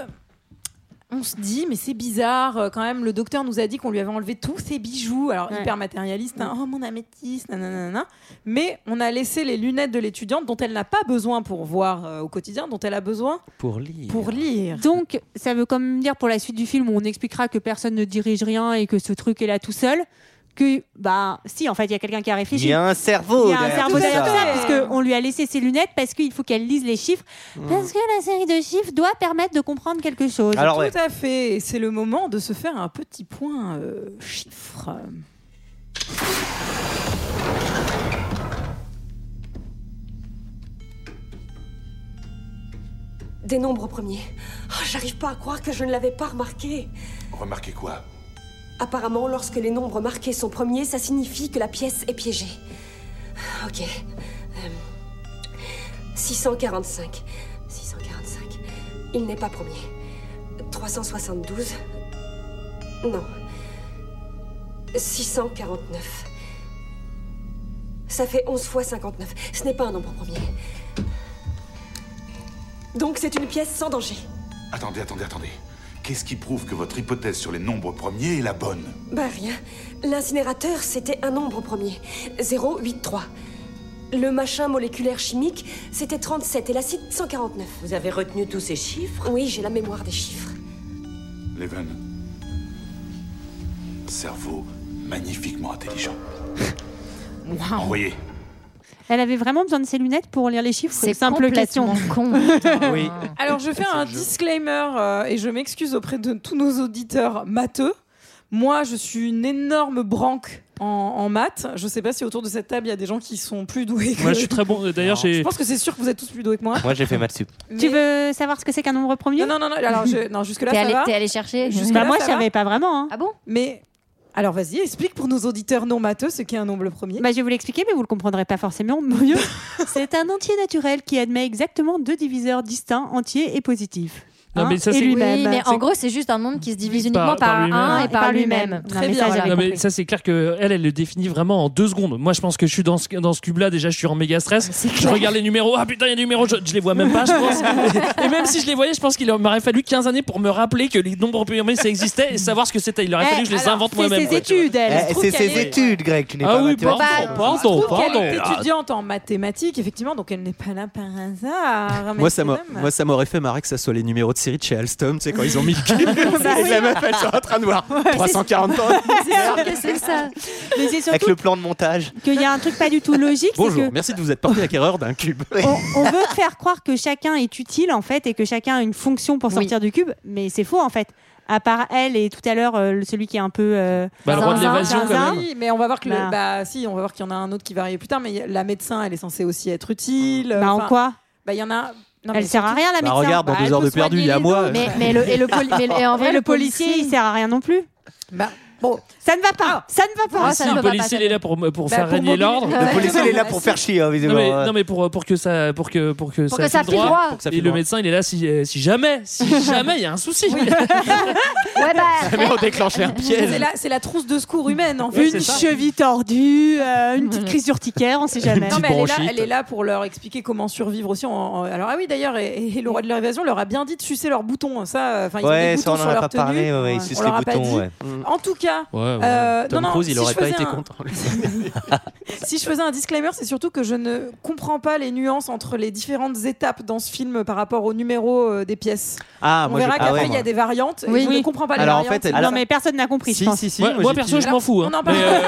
On se dit, mais c'est bizarre, quand même, le docteur nous a dit qu'on lui avait enlevé tous ses bijoux, alors hyper matérialiste, hein, oh mon améthyste, nanana. Mais on a laissé les lunettes de l'étudiante dont elle n'a pas besoin pour voir au quotidien, dont elle a besoin pour lire. Donc, ça veut quand même dire pour la suite du film où on expliquera que personne ne dirige rien et que ce truc est là tout seul. Que, si, en fait, il y a quelqu'un qui a réfléchi. Il y a un cerveau. Il y a un cerveau derrière ça, puisqu'on lui a laissé ses lunettes parce qu'il faut qu'elle lise les chiffres. Parce que la série de chiffres doit permettre de comprendre quelque chose. Alors, tout à fait. Et c'est le moment de se faire un petit point chiffres. Des nombres premiers. Oh, j'arrive pas à croire que je ne l'avais pas remarqué. Remarquez quoi ? Apparemment, lorsque les nombres marqués sont premiers, ça signifie que la pièce est piégée. Ok. 645. 645. Il n'est pas premier. 372. Non. 649. Ça fait 11 fois 59. Ce n'est pas un nombre premier. Donc c'est une pièce sans danger. Attendez. Qu'est-ce qui prouve que votre hypothèse sur les nombres premiers est la bonne ? Rien. L'incinérateur, c'était un nombre premier. 083. Le machin moléculaire chimique, c'était 37 et l'acide 149. Vous avez retenu tous ces chiffres ? Oui, j'ai la mémoire des chiffres. Leven. Cerveau magnifiquement intelligent. Wow. Envoyez. Elle avait vraiment besoin de ses lunettes pour lire les chiffres. C'est simple question. Con. Oui. Alors je fais un disclaimer et je m'excuse auprès de tous nos auditeurs matheux. Moi, je suis une énorme branque en maths. Je sais pas si autour de cette table il y a des gens qui sont plus doués que moi. Je suis très bon. D'ailleurs, je pense que c'est sûr que vous êtes tous plus doués que moi. Moi, j'ai fait maths sup. Tu veux savoir ce que c'est qu'un nombre premier ? Non. Alors, jusque là, ça va. T'es allé chercher. Moi, je savais pas vraiment. Hein. Ah bon ? Mais Alors vas-y, explique pour nos auditeurs non matheux ce qu'est un nombre premier. Je vais vous l'expliquer, mais vous le comprendrez pas forcément mieux. C'est un entier naturel qui admet exactement 2 diviseurs distincts, entiers et positifs. Non, mais ça, et c'est... lui-même. Oui, mais en gros, c'est juste un nombre qui se divise uniquement par un et par lui-même. Très bien. Non, mais ça, c'est clair qu'elle le définit vraiment en 2 secondes. Moi, je pense que je suis dans ce cube-là. Déjà, je suis en méga stress. Je regarde les numéros. Ah putain, il y a des numéros. Je les vois même pas, je pense. Et même si je les voyais, je pense qu'il m'aurait fallu 15 années pour me rappeler que les nombres premiers, ça existait et savoir ce que c'était. Il aurait fallu que je les invente moi-même. C'est ses études, elle. C'est ses études, Greg. Tu n'es pas mathématicien. Pardon. Elle est étudiante en mathématiques, effectivement, donc elle n'est pas là par hasard. Moi, ça m'aurait fait marrer que ça soit les numéros de série de chez Alstom. Tu sais, quand ils ont mis le cube, et la meuf, elle est en train de voir 340 ans. C'est sûr que c'est ça. Mais c'est surtout avec le plan de montage. Qu'il y a un truc pas du tout logique. Bonjour, c'est que merci de vous être porté acquéreur d'un cube. On veut faire croire que chacun est utile, en fait, et que chacun a une fonction pour sortir du cube, mais c'est faux, en fait. À part elle et tout à l'heure, celui qui est un peu. Le roi de l'évasion, quand même. Oui, mais on va voir que on va voir qu'il y en a un autre qui va arriver plus tard, mais la médecin, elle est censée aussi être utile. En quoi ? Il y en a. Non, elle sert à rien, la médecin. Regarde, dans 2 heures de perdu, il y a moi. Mais en vrai, le policier, il sert à rien non plus. Bon, ça ne va pas. Ça ne va pas. Le policier, il est là pour faire régner l'ordre. Le policier, il est là pour faire chier, visiblement. Non, mais pour que ça file droit. Et le médecin, il est là si jamais il y a un souci. Mais on déclenche un piège. C'est la trousse de secours humaine, en fait. Une cheville tordue, une petite crise urticaire, on sait jamais. Non, mais elle est là pour leur expliquer comment survivre aussi. Alors, d'ailleurs, et le roi de l'évasion leur a bien dit de sucer leurs boutons. Ça, ils ont des boutons sur leur tenue. Ils sucent les boutons, En tout cas, Tom Cruise, il aurait pas été content. Si je faisais un disclaimer, c'est surtout que je ne comprends pas les nuances entre les différentes étapes dans ce film par rapport au numéro des pièces. On verra qu'après il y a des variantes. Et je ne comprends pas les variantes. Non, mais personne n'a compris. Si, moi perso, je m'en fous. On en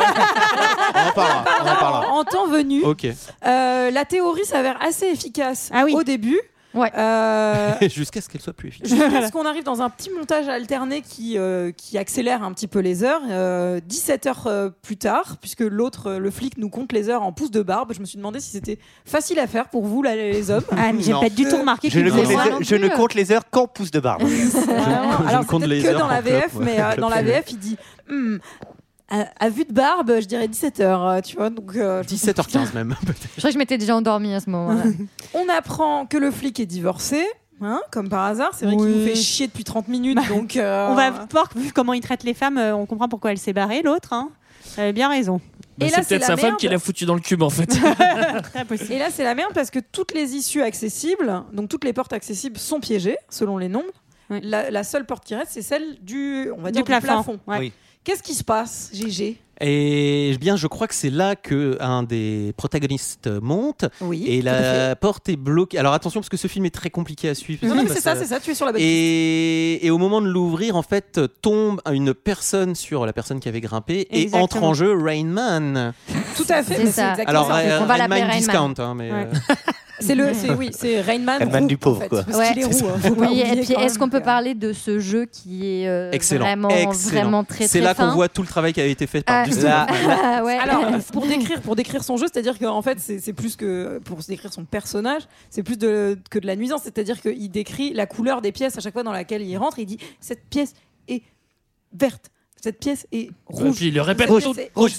parlera. En temps venu. La théorie s'avère assez efficace au début. Jusqu'à ce qu'elle soit plus efficace. Jusqu'à ce qu'on arrive dans un petit montage alterné qui accélère un petit peu les heures. 17 heures plus tard, puisque le flic nous compte les heures en pouces de barbe, je me suis demandé si c'était facile à faire pour vous, les hommes. Mais j'ai pas du tout remarqué que je ne compte les heures qu'en pouces de barbe. Alors, c'est peut-être que dans la VF, mais dans la VF, il dit... À vue de barbe, je dirais 17h, tu vois. Donc, 17h15 même, peut-être. Je crois que je m'étais déjà endormie à ce moment-là. On apprend que le flic est divorcé, comme par hasard. C'est vrai qu'il nous fait chier depuis 30 minutes. Donc, on va voir, vu comment il traite les femmes, on comprend pourquoi elle s'est barrée, l'autre. Elle avait bien raison. Et là, c'est peut-être sa femme qui l'a foutu dans le cube, en fait. Et là, c'est la merde parce que toutes les issues accessibles, donc toutes les portes accessibles sont piégées, selon les nombres. La seule porte qui reste, c'est celle du plafond. Oui. Qu'est-ce qui se passe, GG ? Et bien, je crois que c'est là qu'un des protagonistes monte et la porte est bloquée. Alors attention, parce que ce film est très compliqué à suivre. Non, mais c'est ça, tu es sur la bonne piste. Et au moment de l'ouvrir, en fait, tombe une personne sur la personne qui avait grimpé et entre en jeu Rain Man. Tout à fait, c'est ça. Alors, on va l'appeler Rain discount, Man. C'est Rain Man. Rain Man du pauvre, quoi. Parce qu'il est roux. Et puis, est-ce qu'on peut parler de ce jeu qui est excellent. vraiment très, très fin. C'est là qu'on voit tout le travail qui avait été fait par Justin. Alors, pour décrire son jeu, c'est-à-dire qu'en fait, c'est plus que pour décrire son personnage, c'est plus que de la nuisance. C'est-à-dire qu'il décrit la couleur des pièces à chaque fois dans laquelle il rentre. Il dit cette pièce est verte. Cette pièce est rouge. Il le répète rouge.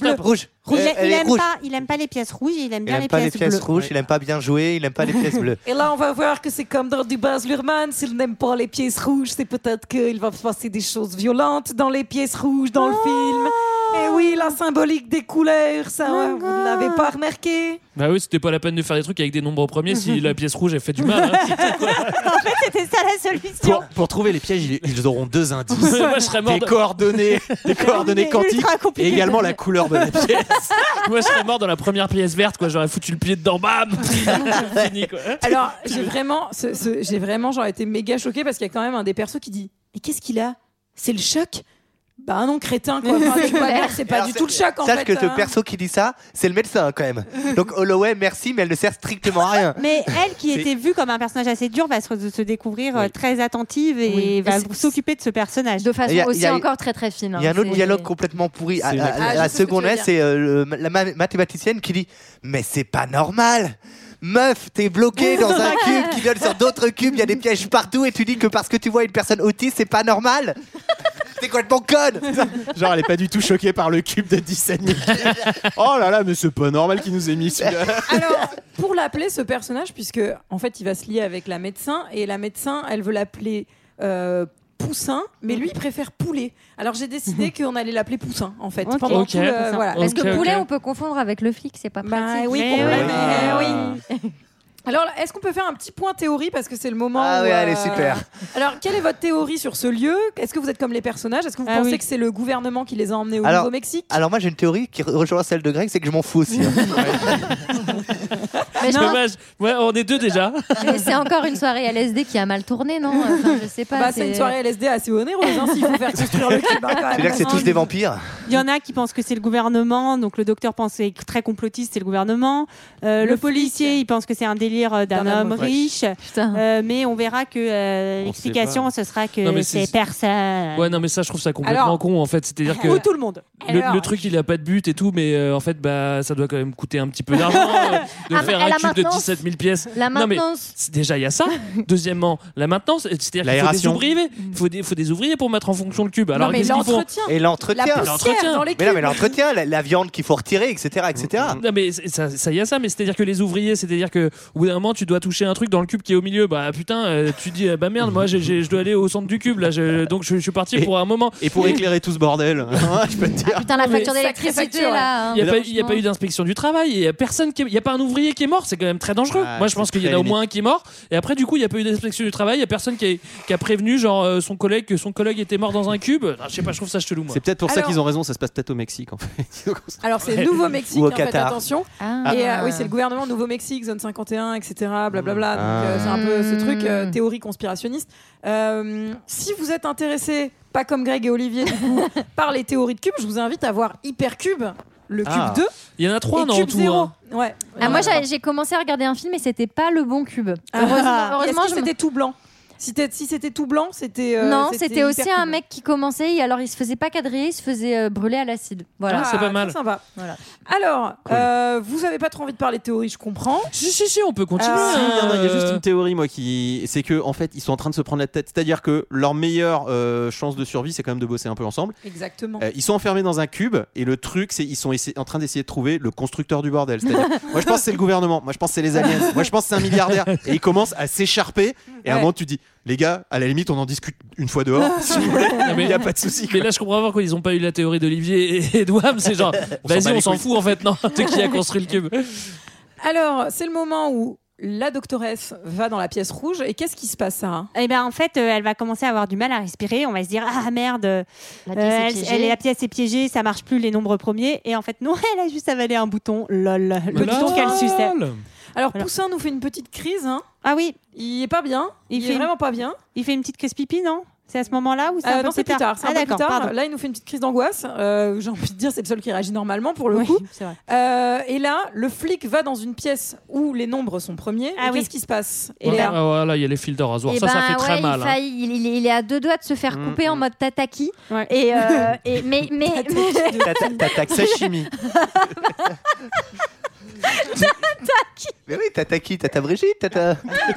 Il aime pas les pièces rouges, il aime bien les pièces bleues. Rouges, il aime pas bien jouer, il aime pas les pièces bleues. Et là, on va voir que c'est comme dans du Baz Luhrmann. S'il n'aime pas les pièces rouges, c'est peut-être qu'il va se passer des choses violentes dans les pièces rouges dans le film. Et oui, la symbolique des couleurs, ça, vous ne l'avez pas remarqué? Bah oui, c'était pas la peine de faire des trucs avec des nombres premiers si la pièce rouge elle fait du mal. En fait, c'était ça la solution. Pour trouver les pièges, ils auront 2 indices. Moi, je serais mort des coordonnées quantiques et également la couleur de la pièce. Moi, je serais mort dans la première pièce verte, quoi. J'aurais foutu le pied dedans, bam. Fini, quoi. Alors, j'aurais été méga choquée parce qu'il y a quand même un des persos qui dit: mais qu'est-ce qu'il a? C'est le choc? Bah non, crétin, quoi. Enfin, tu vois bien que c'est pas du tout le choc, en fait. Sache que le perso qui dit ça, c'est le médecin, quand même. Donc Holloway, merci, mais elle ne sert strictement à rien. Mais elle, qui était vue comme un personnage assez dur, va se découvrir très attentive et va s'occuper de ce personnage. De façon aussi encore très très fine. Il y a un autre dialogue complètement pourri. À seconde, c'est la mathématicienne qui dit: mais c'est pas normal! Meuf, t'es bloqué dans un cube qui donne sur d'autres cubes, il y a des pièges partout et tu dis que parce que tu vois une personne autiste, c'est pas normal. T'es complètement conne. Genre, elle est pas du tout choquée par le cube de 17 000. Oh là là, mais c'est pas normal qu'il nous ait mis celui-là. Alors, pour l'appeler ce personnage, puisque en fait, il va se lier avec la médecin, et la médecin, elle veut l'appeler Poussin, mais lui, il préfère Poulet. Alors, j'ai décidé qu'on allait l'appeler Poussin, en fait. Ok. Pendant tout le, voilà. Parce que Poulet, on peut confondre avec le flic, c'est pas pratique. Oui, oui. Alors, est-ce qu'on peut faire un petit point théorie parce que c'est le moment Ah où, oui, allez, super. Alors, quelle est votre théorie sur ce lieu ? Est-ce que vous êtes comme les personnages ? Est-ce que vous pensez que c'est le gouvernement qui les a emmenés au Nouveau-Mexique ? Alors moi j'ai une théorie qui rejoint celle de Greg, c'est que je m'en fous aussi. C'est dommage. Ouais, on est deux déjà. Mais c'est encore une soirée LSD qui a mal tourné, non ? Enfin, je sais pas. C'est une soirée LSD assez onéreuse, s'il faut faire construire le cube. C'est-à-dire que c'est tous des vampires. Il y en a qui pensent que c'est le gouvernement, donc le docteur pense que c'est très complotiste, c'est le gouvernement. Le policier, il pense que c'est un délire d'un homme riche. Mais on verra que l'explication, ce sera que c'est personne. Ouais, non, mais ça, je trouve ça complètement con, en fait. C'est-à-dire que. Ou tout le monde. Le truc, il a pas de but et tout, mais en fait, ça doit quand même coûter un petit peu d'argent de faire un cube de 17 000 pièces. La maintenance. Non, mais déjà, il y a ça. Deuxièmement, la maintenance, c'est-à-dire qu'il faut des ouvriers. Il faut des ouvriers pour mettre en fonction le cube. Alors, non, mais qu'est-ce qu'ils font ? Et l'entretien. La poussière dans les cubes. Mais non, mais l'entretien, la viande qu'il faut retirer, etc. Non, mais ça y a ça, mais c'est-à-dire que les ouvriers, c'est-à-dire que au bout d'un moment, tu dois toucher un truc dans le cube qui est au milieu. Bah putain, tu dis, bah merde, moi je dois aller au centre du cube, là, donc je suis parti pour un moment. Et pour éclairer tout ce bordel, je peux te dire. Putain, la facture d'électricité là. Il n'y a pas eu d'inspection du travail, il n'y a pas un ouvrier qui est mort, c'est quand même très dangereux. Moi je pense qu'il y en a au moins un qui est mort, et après du coup il n'y a pas eu d'inspection du travail, il n'y a personne qui a prévenu genre son collègue que son collègue était mort dans un cube. Je sais pas, je trouve ça chelou moi. C'est peut-être pour ça qu'ils ont raison, ça se passe peut-être au Mexique en fait. Alors c'est Nouveau-Mexique, faites attention. Et oui, c'est le gouvernement Nouveau-Mexique, zone 51, etc. Blablabla. Donc c'est un peu ce truc théorie conspirationniste. Si vous êtes intéressé, pas comme Greg et Olivier du coup, par les théories de cubes, je vous invite à voir Hypercube, le cube 2. Il y en a 3 dans cube tout. 0. Hein. Ouais. Moi j'ai commencé à regarder un film et c'était pas le bon cube. Heureusement c'était tout blanc. Si c'était tout blanc, c'était. Non, c'était aussi un mec qui commençait. Alors, il se faisait pas cadrer, il se faisait brûler à l'acide. Voilà, c'est pas mal. C'est sympa. Voilà. Alors, vous avez pas trop envie de parler de théorie, je comprends. Si, on peut continuer. Il y a juste une théorie, moi, c'est que en fait, ils sont en train de se prendre la tête. C'est-à-dire que leur meilleure chance de survie, c'est quand même de bosser un peu ensemble. Exactement. Ils sont enfermés dans un cube, et le truc, c'est ils sont en train d'essayer de trouver le constructeur du bordel. C'est-à-dire, moi, je pense que c'est le gouvernement. Moi, je pense que c'est les aliens. Moi, je pense que c'est un milliardaire. Et ils commencent à s'écharper. Et à un moment, tu dis. Les gars, à la limite, on en discute une fois dehors, si vous voulez. Il n'y a pas de souci. Mais là, je comprends pas pourquoi ils n'ont pas eu la théorie d'Olivier et d'Ouam. C'est genre, vas-y, on s'en fout en fait. Non, c'est qui a construit le cube. Alors, c'est le moment où la doctoresse va dans la pièce rouge. Et qu'est-ce qui se passe, Sarah ? Eh ben, en fait, elle va commencer à avoir du mal à respirer. On va se dire, ah merde, la pièce est piégée, ça marche plus, les nombres premiers. Et en fait, non, elle a juste avalé un bouton, lol. Le bouton qu'elle suçait. Alors, Poussin nous fait une petite crise. Ah oui. Il est pas bien. Il est vraiment pas bien. Il fait une petite crise pipi, non ? C'est à ce moment-là ou c'est un peu non, c'est plus tard. C'est un peu plus tard. Pardon. Là, il nous fait une petite crise d'angoisse. J'ai envie de dire, c'est le seul qui réagit normalement pour le coup. C'est vrai. Et là, le flic va dans une pièce où les nombres sont premiers. Qu'est-ce qui se passe ? Voilà, il y a les fils de rasoir. Ça fait très mal. Il est à 2 doigts de se faire couper en mode tataki. Ouais. Mais Tataki sashimi. Mais oui, Tataki, Tata Brigitte, Tata.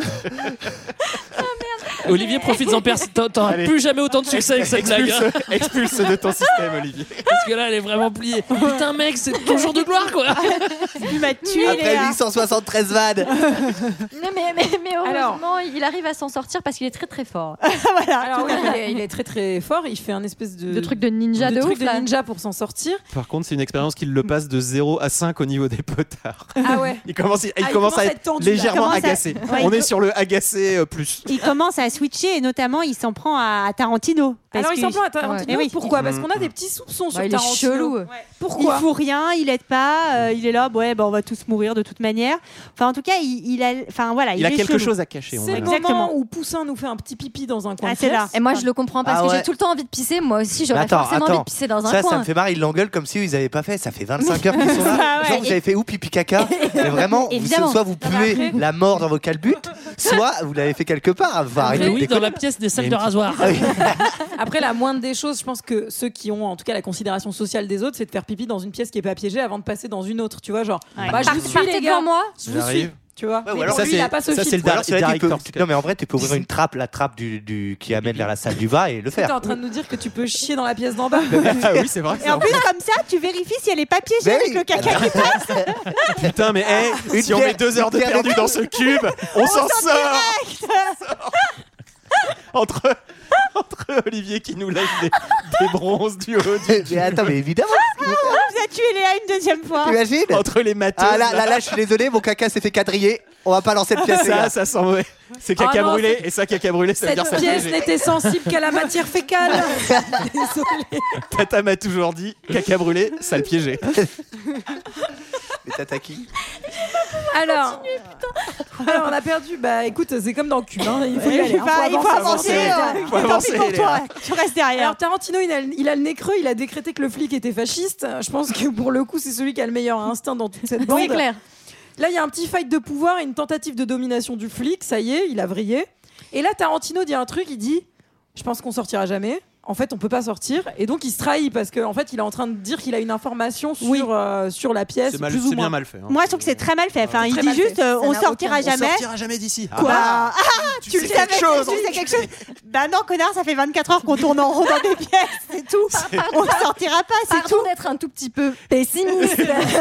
Olivier, profites-en, t'auras plus jamais autant de succès avec cette blague. Expulse de ton système, Olivier. Parce que là, elle est vraiment pliée. Putain, mec, c'est ton jour de gloire, quoi. Tu m'as tué, après 873 vannes. Non, mais heureusement, il arrive à s'en sortir parce qu'il est très très fort. Voilà. Alors oui, il est très très fort. Il fait un espèce de truc de ninja de ouf, de ninja pour s'en sortir. Par contre, c'est une expérience qui le passe de 0 à 5 au niveau des potards. Ah ouais. Il commence à être tendu, légèrement agacé. On est sur le agacé plus. Il commence à switcher et notamment il s'en prend à Tarantino. Alors il s'en prend à Tarantino. Oui. Pourquoi ? Parce qu'on a des petits soupçons sur il Tarantino. Est chelou. Pourquoi ? Il fout rien, il aide pas, il est là, on va tous mourir de toute manière. Enfin en tout cas, il a quelque chose à cacher. C'est le moment où Poussin nous fait un petit pipi dans un coin. C'est là. Et moi je le comprends parce que j'ai tout le temps envie de pisser. Moi aussi j'aurais forcément envie de pisser dans un coin. Ça me fait marrer. Ils l'engueulent comme si ils avaient pas fait. Ça fait 25 heures qu'ils sont là. Genre vous avez fait où pipi caca ? Mais vraiment, soit vous puez la mort dans vos calbutes, soit vous l'avez fait quelque part. Oui, dans la pièce des salles de rasoir. Après, la moindre des choses, je pense que ceux qui ont en tout cas la considération sociale des autres, c'est de faire pipi dans une pièce qui est pas piégée avant de passer dans une autre. Tu vois, genre, je vous suis les gars. Moi, je vous suis. Tu vois, Ouais, ou mais alors pour lui, il a pas ce filtre. Ou alors, non mais en vrai tu peux ouvrir une trappe, la trappe qui amène vers la salle du bas et le Tu es faire. en train de nous dire que tu peux chier dans la pièce d'en bas. Ah oui, c'est vrai. Et en plus, comme ça, tu vérifies si elle est pas piégée avec le caca qui passe. Putain, mais si on met 2 heures de perdu dans ce cube, on s'en sort. Entre Olivier qui nous lève des bronzes du haut du... Mais attends, mais évidemment. On vous a tué Léa une deuxième fois. T'imagines ? Entre les matos. Ah là, je suis désolé, mon caca s'est fait quadriller. On va pas lancer le pièce. Ça sent mauvais. C'est caca brûlé, et ça, caca brûlé, ça veut dire ça. Cette pièce n'était sensible qu'à la matière fécale. Désolée. Tata m'a toujours dit, caca brûlé, ça le piégeait. Mais Tata qui ? Alors, on a perdu. Bah écoute, c'est comme dans le cul. Hein. Il faut y aller. Il faut avancer. Faut avancer, pour toi. Tu restes derrière. Alors Tarantino, il a le nez creux. Il a décrété que le flic était fasciste. Je pense que pour le coup, c'est celui qui a le meilleur instinct dans toute cette bande. C'est clair. Là, il y a un petit fight de pouvoir et une tentative de domination du flic. Ça y est, il a vrillé. Et là, Tarantino dit un truc. Il dit, je pense qu'on sortira jamais. En fait, on peut pas sortir, et donc il se trahit parce qu'en fait, il est en train de dire qu'il a une information sur la pièce. C'est bien mal fait. Hein. Moi, je trouve que c'est très mal fait. Enfin, il dit juste, on sortira jamais. On sortira jamais d'ici. Quoi tu sais quelque chose. Tu sais quelque chose. Bah non, connard, ça fait 24 heures qu'on tourne en rond dans des pièces, c'est tout. On sortira pas, c'est tout. Pardon d'être un tout petit peu pessimiste.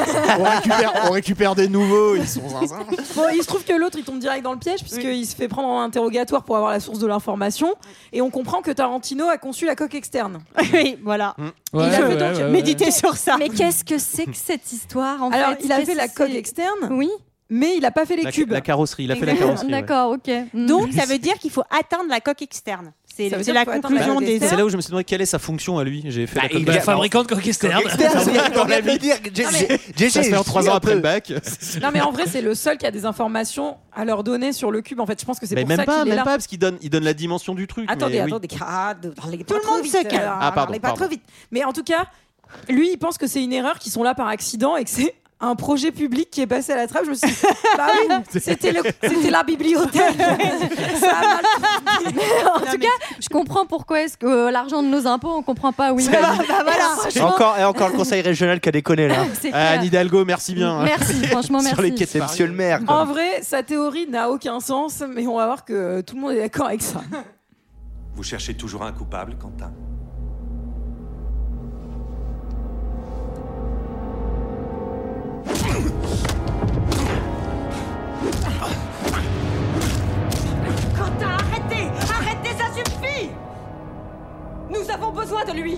on récupère des nouveaux, ils sont zinzin. Bon, il se trouve que l'autre, il tombe direct dans le piège puisqu'il se fait prendre en interrogatoire pour avoir la source de l'information, et on comprend que Tarantino a conçu la coque externe. Oui, voilà. Il a fait donc méditer sur ça. Mais qu'est-ce que c'est que cette histoire en Alors, fait il a fait la coque externe. Oui. Mais il n'a pas fait les cubes. La carrosserie, il a fait la carrosserie. D'accord, ok. Donc, ça veut dire qu'il faut atteindre la coque externe. C'est Ça veut la dire qu'il faut conclusion atteindre la des. coque C'est là où je me suis demandé quelle est sa fonction à lui. J'ai fait la coque Il est fabricant de coque externe. dans la vie. Ça se fait en 3 ans après le bac. Non, mais en vrai, c'est le seul qui a des informations à leur donner sur le cube. En fait, je pense que c'est Mais pour même ça pas, qu'il est là. parce qu'il donne la dimension du truc. Attendez, mais oui. attendez. Tout le monde se calme. Ah, pardon, pas pardon. trop vite. Mais en tout cas, lui, il pense que c'est une erreur, qu'ils sont là par accident et que c'est un projet public qui est passé à la trappe. Je me suis dit, bah oui, c'était la bibliothèque. Ça a mal tourné. En tout cas, je comprends pourquoi est-ce que l'argent de nos impôts, on comprend pas. Oui. Voilà. Encore le conseil régional qui a déconné là. C'est clair. Anne Hidalgo, merci bien. Merci, franchement, Sur les merci. quais de C'est Paris. monsieur le maire. quoi. En vrai, sa théorie n'a aucun sens, mais on va voir que tout le monde est d'accord avec ça. Vous cherchez toujours un coupable, Quentin? Quentin, arrêtez! Arrêtez, ça suffit! Nous avons besoin de lui!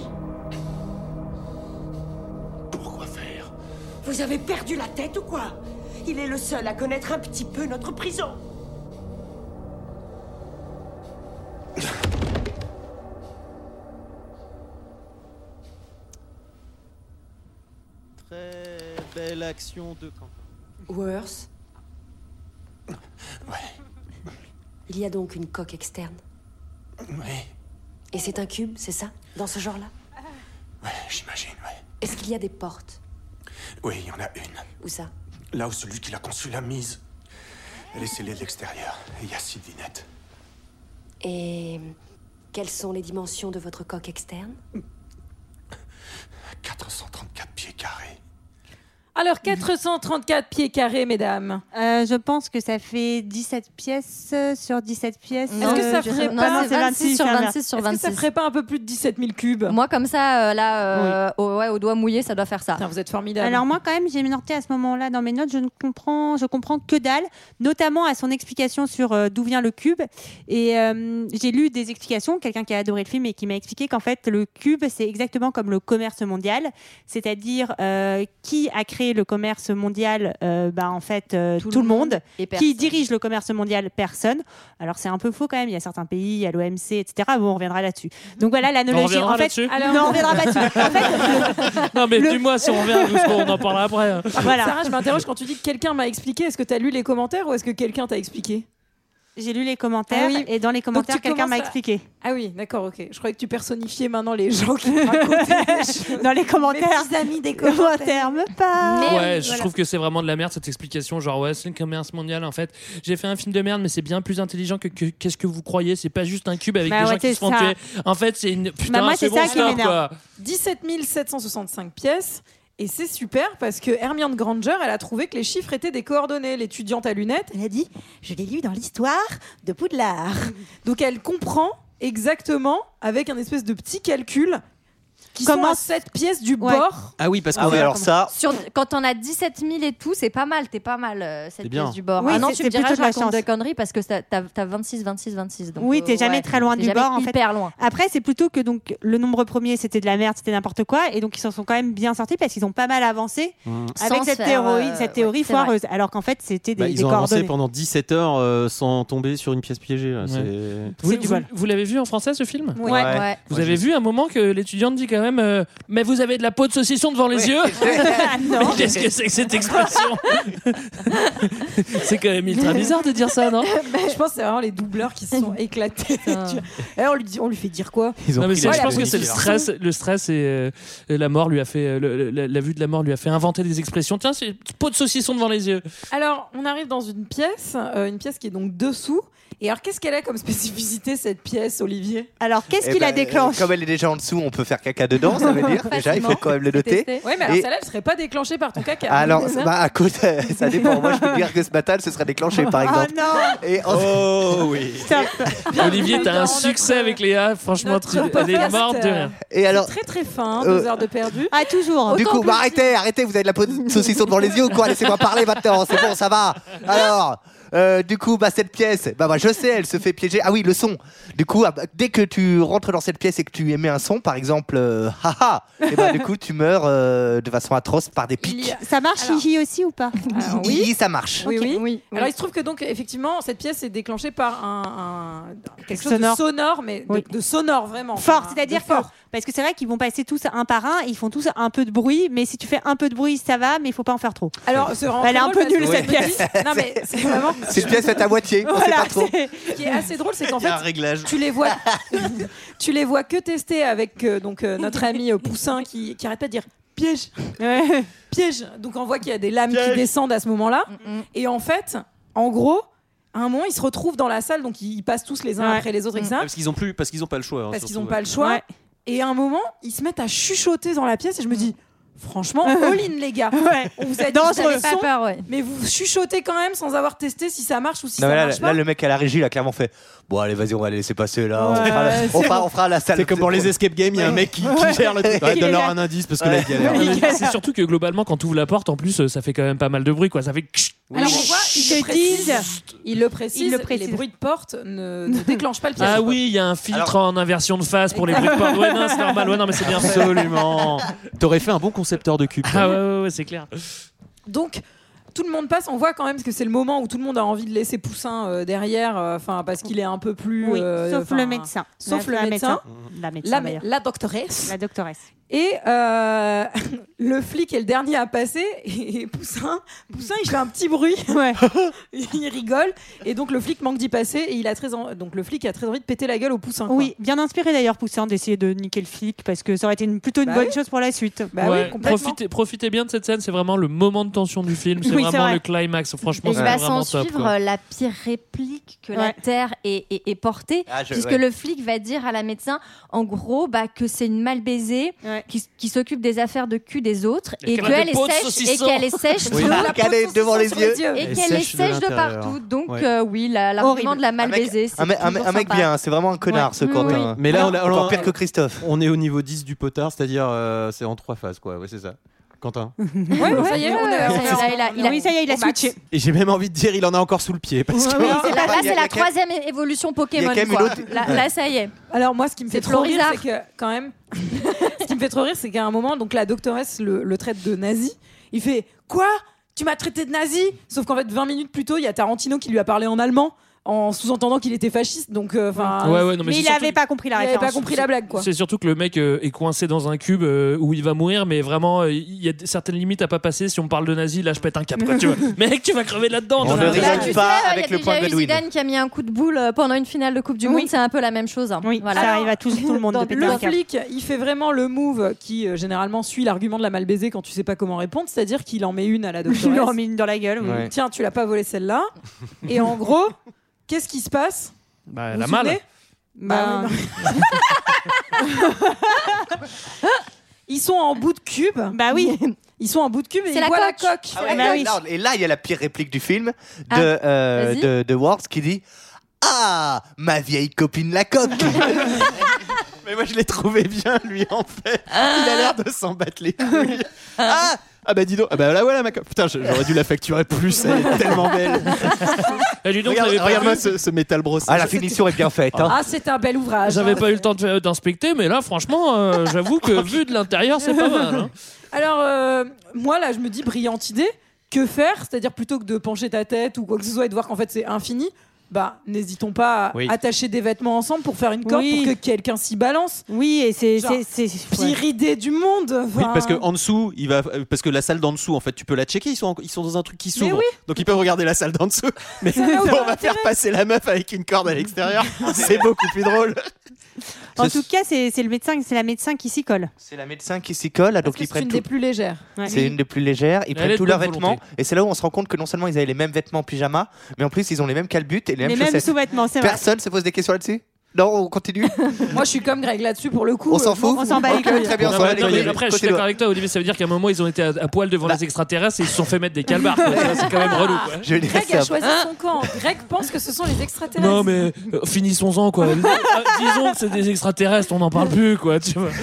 Pourquoi faire? Vous avez perdu la tête ou quoi? Il est le seul à connaître un petit peu notre prison. Très belle action de Quentin. Worth, Ouais, il y a donc une coque externe. ouais, Et c'est un cube, c'est ça? Dans ce genre-là? ouais, j'imagine, ouais. Est-ce qu'il y a des portes? Oui, il y en a une. Où ça? Là où celui qui l'a conçu l'a mise. Elle est scellée de l'extérieur. Et il y a 6 dinettes. Et quelles sont les dimensions de votre coque externe? 434 pieds carrés. Alors, 434 pieds carrés, mesdames. Je pense que ça fait 17 pièces sur 17 pièces. Est-ce que ça ferait Non, pas c'est 26 sur 26 sur Est-ce que ça 26. ferait pas un peu plus de 17 000 cubes? Moi, comme ça, au doigt mouillé, ça doit faire ça. Putain, vous êtes formidable. Alors moi quand même j'ai noté à ce moment-là dans mes notes, je comprends que dalle, notamment à son explication sur d'où vient le cube. Et j'ai lu des explications, quelqu'un qui a adoré le film et qui m'a expliqué qu'en fait le cube c'est exactement comme le commerce mondial, c'est-à-dire qui a créé le commerce mondial, en fait tout le monde. Et Qui personne. dirige le commerce mondial? Personne. Alors c'est un peu faux quand même, il y a certains pays, il y a l'OMC, etc. Bon, on reviendra là-dessus. Donc voilà l'analogie. reviendra En fait, là-dessus non, on reviendra pas dessus. En fait, Non, mais dis-moi si on revient doucement, on en parlera après. voilà. Sarah, je m'interroge quand tu dis que quelqu'un m'a expliqué. Est-ce que tu as lu les commentaires ou est-ce que quelqu'un t'a expliqué? J'ai lu les commentaires Ah oui. et dans les commentaires, tu quelqu'un commences m'a à- expliqué. Ah oui, d'accord, ok. Je croyais que tu personnifiais maintenant les gens qui racontaient. Dans les commentaires. Mes petits amis des Commentaires me parlent. Ouais, je trouve que c'est vraiment de la merde cette explication. Genre, ouais, c'est le commerce mondial en fait. J'ai fait un film de merde, mais c'est bien plus intelligent que qu'est-ce que vous croyez. C'est pas juste un cube avec Bah des ouais, gens qui c'est se font ça. tuer. En fait, c'est une. Putain, moi, c'est c'est bon ça qui stop, m'énerve. quoi. 17 765 pièces. Et c'est super parce que Hermione Granger, elle a trouvé que les chiffres étaient des coordonnées. L'étudiante à lunettes, elle a dit « Je l'ai lu dans l'histoire de Poudlard ». Donc elle comprend exactement, avec un espèce de petit calcul, qui sont à cette pièce du bord. Ah oui, parce que alors ça. Quand on a 17 000 et tout, c'est pas mal. T'es pas mal, cette pièce du bord. Oui, ah non, tu me diras, je raconte chance. des conneries parce que t'as 26. Donc, oui, t'es jamais très loin du bord. En fait. Hyper loin. Après, c'est plutôt que donc, le nombre premier, c'était de la merde, c'était n'importe quoi. Et donc, ils s'en sont quand même bien sortis parce qu'ils ont pas mal avancé avec cette théorie foireuse. Alors qu'en fait, c'était des ils ont coordonnées. avancé pendant 17 heures sans tomber sur une pièce piégée. Là. Vous l'avez vu en français, ce film? Ouais. Vous avez vu un moment que l'étudiante dit quand même mais vous avez de la peau de saucisson devant les yeux. Non. Qu'est-ce que c'est que cette expression? C'est quand même ultra bizarre de dire ça, non? Je pense que c'est vraiment les doubleurs qui se sont éclatés. Et on lui fait dire quoi? Non, mais je pense que c'est le stress et la mort lui a fait la vue de la mort lui a fait inventer des expressions. Tiens, c'est peau de saucisson devant les yeux. Alors, on arrive dans une pièce qui est donc dessous. Et alors, qu'est-ce qu'elle a comme spécificité, cette pièce, Olivier? Alors, qu'est-ce qui la déclenche? Comme elle est déjà en dessous, on peut faire caca dedans, ça veut dire. Déjà, il faut quand même le noter. Oui, mais alors celle-là, elle serait pas déclenchée par ton caca. Alors, à cause, ça dépend. Moi, je peux dire que ce matin, elle se serait déclenchée, par exemple. Oh non! Et oui. Olivier, t'as un succès avec Léa. Franchement, elle est morte de rien. Et alors, très très fin, 2 heures de perdu. Ah, toujours. Du coup, arrêtez, vous avez de la peau de saucisson devant les yeux ou quoi? Laissez-moi parler maintenant, c'est bon, ça va. Alors, du coup, cette pièce, je sais, elle se fait piéger. Ah oui, le son. Du coup, dès que tu rentres dans cette pièce et que tu émets un son, par exemple, haha, et du coup, tu meurs de façon atroce par des pics. Ça marche, Hihi aussi ou pas? Oui, ça marche. Oui. Alors, il se trouve que donc, effectivement, cette pièce est déclenchée par quelque chose de sonore, mais de sonore vraiment. Fort, c'est-à-dire que parce que c'est vrai qu'ils vont passer tous un par un, ils font tous un peu de bruit, mais si tu fais un peu de bruit, ça va, mais il faut pas en faire trop. Alors, c'est vraiment elle est un peu nulle cette pièce. Non, mais c'est vraiment. C'est une pièce faite à moitié. Voilà, pas trop. Ce qui est assez drôle, c'est qu'en fait, tu les vois que tester avec notre ami Poussin qui arrête pas de dire piège, piège. Donc on voit qu'il y a des lames qui descendent à ce moment-là. Et en fait, en gros, à un moment, ils se retrouvent dans la salle, donc ils passent tous les uns après les autres, etc. Parce qu'ils ont pas le choix. Parce qu'ils ont pas le choix. Et à un moment, ils se mettent à chuchoter dans la pièce et je me dis. Franchement, all-in les gars. On vous a dit dangereux, pas peur, mais vous chuchotez quand même sans avoir testé si ça marche ou si non, ça marche pas. Là, le mec à la régie, il a clairement fait. Bon, allez, vas-y, on va les laisser passer là. On fera la salle. C'est comme pour les escape games, il y a un mec qui gère le truc. Donne-leur un indice parce que là, il galère. C'est surtout que globalement, quand tu ouvres la porte, en plus, ça fait quand même pas mal de bruit, quoi. Ça fait. Alors on voit, ils le précisent. Les bruits de porte ne déclenchent pas le piège. Ah oui, il y a un filtre en inversion de phase pour les bruits de porte. Ouais, non, c'est normal. Ouais, non, mais c'est bien fait. Absolument. T'aurais fait un bon concepteur de cube. Ah ouais, c'est clair. Donc. Tout le monde passe, on voit quand même que c'est le moment où tout le monde a envie de laisser Poussin derrière, parce qu'il est un peu plus. Sauf le médecin. Sauf le médecin. La doctoresse. La doctoresse. Et le flic est le dernier à passer et Poussin il fait un petit bruit, il rigole et donc le flic manque d'y passer et donc le flic a très envie de péter la gueule au Poussin. Oui, bien inspiré d'ailleurs Poussin d'essayer de niquer le flic parce que ça aurait été plutôt une bonne chose pour la suite. Profitez bien de cette scène, c'est vraiment le moment de tension du film, c'est vraiment le climax. Franchement, c'est vraiment top. Il va s'en suivre la pire réplique que la Terre ait portée, puisque le flic va dire à la médecin en gros que c'est une mal baisée. Qui s'occupe des affaires de cul des autres et qu'elle est sèche qu'elle est devant les yeux et qu'elle est sèche de partout. Donc l'argument de la mal baisée, c'est un mec bien, c'est vraiment un connard ce Quentin. Mais là, encore pire que Christophe. On est au niveau 10 du potard, c'est-à-dire c'est en 3 phases quoi. Ouais, c'est ça. Quentin. Ça y est, il a switché. Et j'ai même envie de dire, il en a encore sous le pied. Parce que... Là, c'est la 3e évolution Pokémon. Là, ça y est. Alors, moi, ce qui me fait trop rire, c'est que, quand même, ce qui me fait trop rire, c'est qu'à un moment, donc la doctoresse le traite de nazi. Il fait quoi? Tu m'as traité de nazi? Sauf qu'en fait, 20 minutes plus tôt, il y a Tarantino qui lui a parlé en allemand. En sous-entendant qu'il était fasciste, donc mais il avait pas compris la référence. Il avait pas compris la blague, quoi. C'est surtout que le mec est coincé dans un cube où il va mourir, mais vraiment il y a certaines limites à pas passer. Si on parle de nazi, là je pète un cap, quoi, tu vois. Mec, tu vas crever là-dedans. On ne rigole pas avec le point de Godwin. Zidane qui a mis un coup de boule pendant une finale de Coupe du Monde, c'est un peu la même chose. Oui, voilà. Ça arrive à tout le monde. Le flic, il fait vraiment le move qui généralement suit l'argument de la mal baisée quand tu sais pas comment répondre, c'est-à-dire qu'il en met une à la doctoresse. Il en met une dans la gueule. Tiens, tu l'as pas volé celle-là. Et en gros. Qu'est-ce qui se passe? La malle. Ils sont en bout de cube. Bah oui. Ils sont en bout de cube et C'est ils la voient la coque. coque. Ah ouais, et là, il y a la pire réplique du film de Worf qui dit Ah, ma vieille copine la coque. Mais moi je l'ai trouvé bien lui en fait. Il a l'air de s'en battre les couilles. Ah bah dis donc, ah bah là voilà ma coque. Putain, j'aurais dû la facturer plus, elle est tellement belle. Regarde-moi ce métal brossé. Ah, la finition est bien faite. Hein. Ah, c'est un bel ouvrage. J'avais pas eu le temps d'inspecter, mais là, franchement, j'avoue que vu de l'intérieur, c'est pas mal. Hein. Alors, moi, là, je me dis, brillante idée. Que faire ? C'est-à-dire, plutôt que de pencher ta tête ou quoi que ce soit et de voir qu'en fait, c'est infini, bah, n'hésitons pas à attacher des vêtements ensemble pour faire une corde pour que quelqu'un s'y balance. Oui, et c'est pire idée du monde. Enfin... Oui, parce que en dessous, parce que la salle d'en dessous, en fait, tu peux la checker. Ils sont dans un truc qui s'ouvre, donc ils peuvent regarder la salle d'en dessous. Mais on va faire passer la meuf avec une corde à l'extérieur. C'est beaucoup plus drôle. En tout cas, c'est la médecin qui s'y colle. C'est la médecin qui s'y colle, donc ils prennent une des plus légères. C'est une des plus légères. Ils prennent tous leurs vêtements, et c'est là où on se rend compte que non seulement ils avaient les mêmes vêtements pyjama, mais en plus ils ont les mêmes calbutes et les mêmes sous-vêtements. C'est vrai. Personne se pose des questions là-dessus. Non, on continue. Moi, je suis comme Greg là-dessus pour le coup. On s'en fout. On s'en bat les couilles. Très bien. Après, je suis d'accord avec toi, Olivier. Ça veut dire qu'à un moment, ils ont été à poil devant les extraterrestres et ils se sont fait mettre des calbars. C'est quand même relou. Quoi. Greg a choisi son camp. Greg pense que ce sont les extraterrestres. Non, mais finissons-en, quoi. Disons que c'est des extraterrestres, on n'en parle plus, quoi. Tu vois.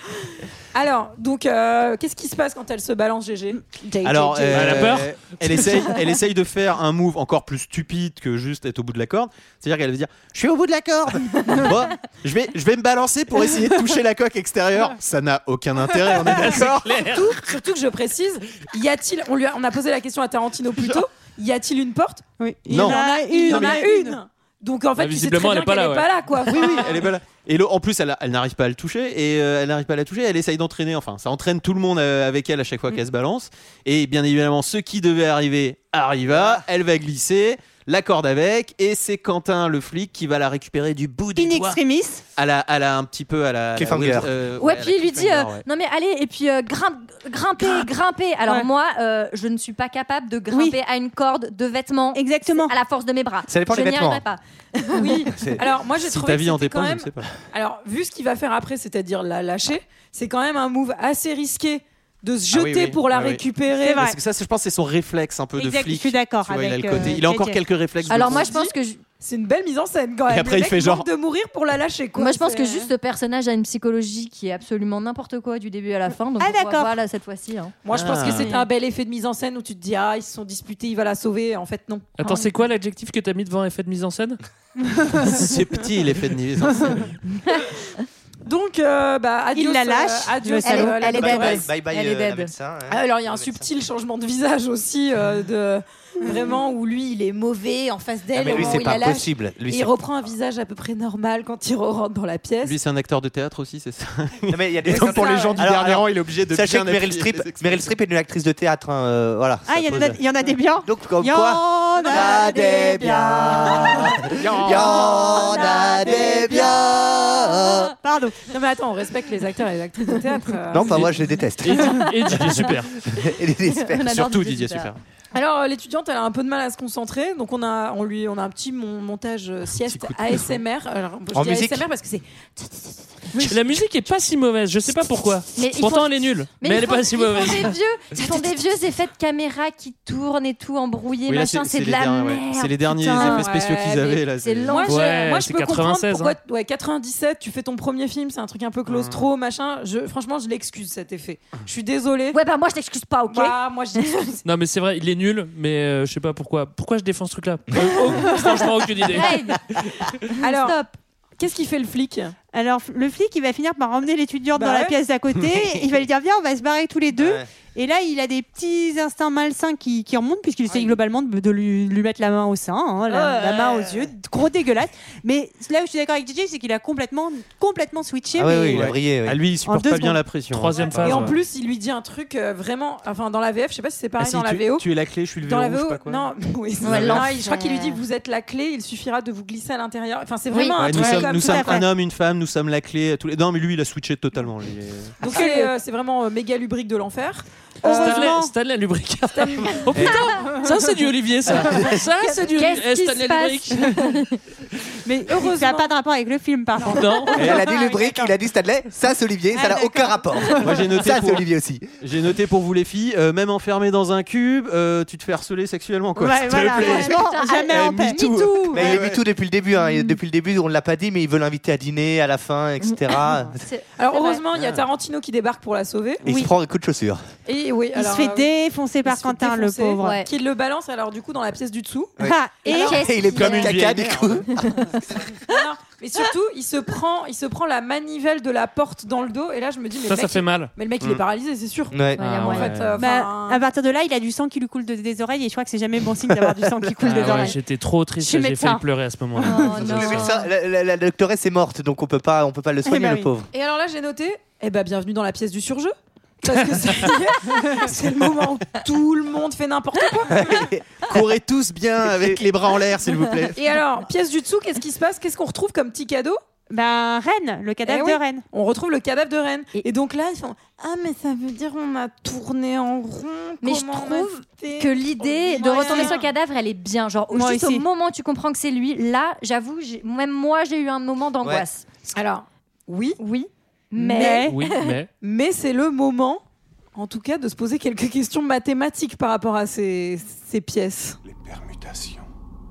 Alors, donc, qu'est-ce qui se passe quand elle se balance, GG ? Alors, elle a peur. Elle essaye de faire un move encore plus stupide que juste être au bout de la corde. C'est-à-dire qu'elle va dire « Je suis au bout de la corde. Bon, je vais me balancer pour essayer de toucher la coque extérieure. » Ça n'a aucun intérêt, on est d'accord. Surtout que je précise, on a posé la question à Tarantino plus tôt. Y a-t-il une porte ? Oui. Il y en a une. Donc en fait, tu sais très bien qu'elle n'est pas là, quoi. Oui, elle est pas là. Et en plus, elle n'arrive pas à le toucher. Et elle n'arrive pas à la toucher. Elle essaye d'entraîner. Enfin, ça entraîne tout le monde avec elle à chaque fois qu'elle se balance. Et bien évidemment, ce qui devait arriver arriva. Elle va glisser. La corde avec, et c'est Quentin le flic qui va la récupérer du bout des doigts. In extremis. Elle a un petit peu à la cliffhanger. Puis il lui dit non mais allez, et puis grimper. Alors moi, je ne suis pas capable de grimper à une corde de vêtements. Exactement. À la force de mes bras. Ça dépend des vêtements. Je n'y arriverai pas. Oui. Alors moi j'ai si trouvé ta vie en que c'était dépend, quand même... je ne sais pas. Alors vu ce qu'il va faire après, c'est-à-dire la lâcher, c'est quand même un move assez risqué. De se jeter pour la récupérer. C'est vrai. Parce que ça, je pense, c'est son réflexe un peu de flic. Je suis d'accord. Tu vois, il a le côté. Il a encore quelques réflexes. Alors moi, je pense que c'est une belle mise en scène quand même. Et après, il fait genre de mourir pour la lâcher. Quoi. Moi, je pense que juste ce personnage a une psychologie qui est absolument n'importe quoi du début à la fin. Donc d'accord. Voilà cette fois-ci. Hein. Moi, je pense que c'est un bel effet de mise en scène où tu te dis ils se sont disputés, il va la sauver. En fait, non. Attends, c'est quoi l'adjectif que t'as mis devant effet de mise en scène ? C'est petit l'effet de mise en scène. Donc, adios. Il la lâche. Adios. Elle est dead. Bye bye. Elle est dead. Alors, il y a un subtil changement de visage aussi, vraiment où lui, il est mauvais en face d'elle. Mais lui, c'est pas possible. Il reprend un visage à peu près normal quand il rentre dans la pièce. Lui, c'est un acteur de théâtre aussi, c'est ça. Non, mais il y a des donc pour les gens du dernier rang, il est obligé de. Sachez que Meryl Streep est une actrice de théâtre. Voilà. Ah, il y en a des biens. Donc comme quoi. Il y en a des biens. Il y en a des biens. Pardon. Non mais attends, on respecte les acteurs et les actrices de théâtre. Non, pas moi, je les déteste. Et Didier Super. Surtout Didier Super. Alors l'étudiante, elle a un peu de mal à se concentrer, donc on a un petit montage sieste ASMR. Alors, en dis musique ASMR parce que c'est. La musique est pas si mauvaise, je sais pas pourquoi. Pourtant elle est nulle, mais elle est pas si mauvaise. Ils font des vieux effets de caméra qui tournent et tout embrouillés, machin, c'est de la merde. C'est les derniers effets spéciaux qu'ils avaient là. C'est long. Moi je peux 96, comprendre pourquoi 97, tu fais ton premier film, c'est un truc un peu claustro, machin. Franchement, je l'excuse cet effet. Je suis désolée. Ouais, moi je t'excuse pas, ok. Moi je l'excuse. Non mais c'est vrai, il est nul, mais je sais pas pourquoi. Pourquoi je défends ce truc-là Franchement, aucune idée. Alors, qu'est-ce qu'il fait le flic ? Alors, le flic, il va finir par emmener l'étudiante dans la pièce d'à côté. Il va lui dire, viens, on va se barrer tous les deux. Ouais. Et là, il a des petits instincts malsains qui remontent, puisqu'il essaye globalement de lui mettre la main au sein, la main aux yeux. Gros dégueulasse. Mais là où je suis d'accord avec DJ, c'est qu'il a complètement switché. Ah oui, il a brillé. À lui, il supporte pas bien la pression. Troisième phase. Et en plus, il lui dit un truc vraiment. Enfin, dans la VF, je sais pas si c'est pareil dans la VO. Tu es la clé, je suis le Dans verrou, la je sais VO, pas quoi. non, oui, je crois qu'il lui dit vous êtes la clé, il suffira de vous glisser à l'intérieur. Enfin, c'est vraiment un truc comme nous sommes ça. un homme, une femme, nous sommes la clé. Non, mais lui, il a switché totalement. Donc c'est vraiment méga lubrique de l'enfer. Stanley Lubrique. Oh putain, ça c'est du Olivier ça. Ça c'est du Qu'est-ce qui Stanley se passe Lubrique. Mais heureusement, ça n'a pas de rapport avec le film, par contre. Non. Et elle a dit Lubrique, il a dit Stanley, ça c'est Olivier, ça n'a aucun rapport. Moi j'ai noté ça c'est Olivier aussi. J'ai noté pour vous les filles, même enfermé dans un cube, tu te fais harceler sexuellement quoi. Ouais, voilà, franchement, jamais en paix. MeToo. Mais il est MeToo depuis le début. Depuis le début, on ne l'a pas dit, mais il veut l'inviter à dîner à la fin, etc. Alors heureusement, il y a Tarantino qui débarque pour la sauver. Et il se prend un coup de chaussure. Et oui, il se fait défoncer par Quentin, le pauvre. Qui le balance alors du coup dans la pièce du dessous. Ouais. Et il est comme une caca du coup. Non, mais surtout, il se prend la manivelle de la porte dans le dos et là je me dis mais ça fait mal. Mais le mec il est paralysé, c'est sûr. Ouais. En fait, à partir de là, il a du sang qui lui coule des oreilles et je crois que c'est jamais bon signe d'avoir du sang qui coule des oreilles. J'étais trop triste, j'ai failli pleurer à ce moment-là. La doctoresse est morte, donc on peut pas le soigner, le pauvre. Et alors là, j'ai noté, bienvenue dans la pièce du surjeu. Parce que c'est le moment où tout le monde fait n'importe quoi. Courez tous bien avec les bras en l'air, s'il vous plaît. Et alors, pièce du dessous, qu'est-ce qui se passe? Qu'est-ce qu'on retrouve comme petit cadeau? Reine, le cadavre de Reine. On retrouve le cadavre de Reine. Et donc là, ils font mais ça veut dire on a tourné en rond. Mais je trouve que l'idée de retomber sur le cadavre, elle est bien. Genre, juste au moment où tu comprends que c'est lui, là, j'avoue, même moi, j'ai eu un moment d'angoisse. Ouais. Alors, oui. Mais c'est le moment, en tout cas, de se poser quelques questions mathématiques par rapport à ces pièces. Les permutations.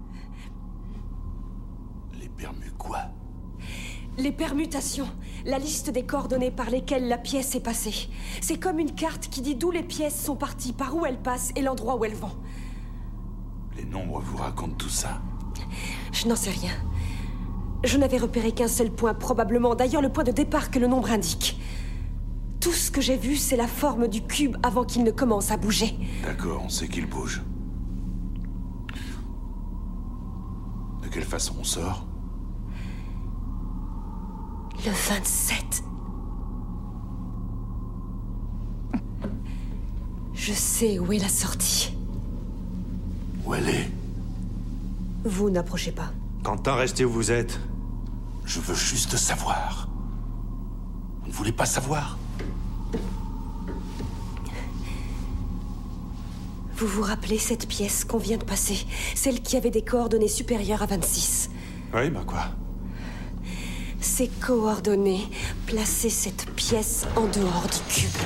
Les quoi? Les permutations, la liste des coordonnées par lesquelles la pièce est passée. C'est comme une carte qui dit d'où les pièces sont parties, par où elles passent et l'endroit où elles vont. Les nombres vous racontent tout ça? Je n'en sais rien. Je n'avais repéré qu'un seul point, probablement. D'ailleurs, le point de départ que le nombre indique. Tout ce que j'ai vu, c'est la forme du cube avant qu'il ne commence à bouger. D'accord, on sait qu'il bouge. De quelle façon on sort? Le 27. Je sais où est la sortie. Où elle est? Vous n'approchez pas. Quentin, restez où vous êtes. Je veux juste savoir. Vous ne voulez pas savoir? Vous vous rappelez cette pièce qu'on vient de passer? Celle qui avait des coordonnées supérieures à 26. Oui, quoi? Ces coordonnées plaçaient cette pièce en dehors du cube.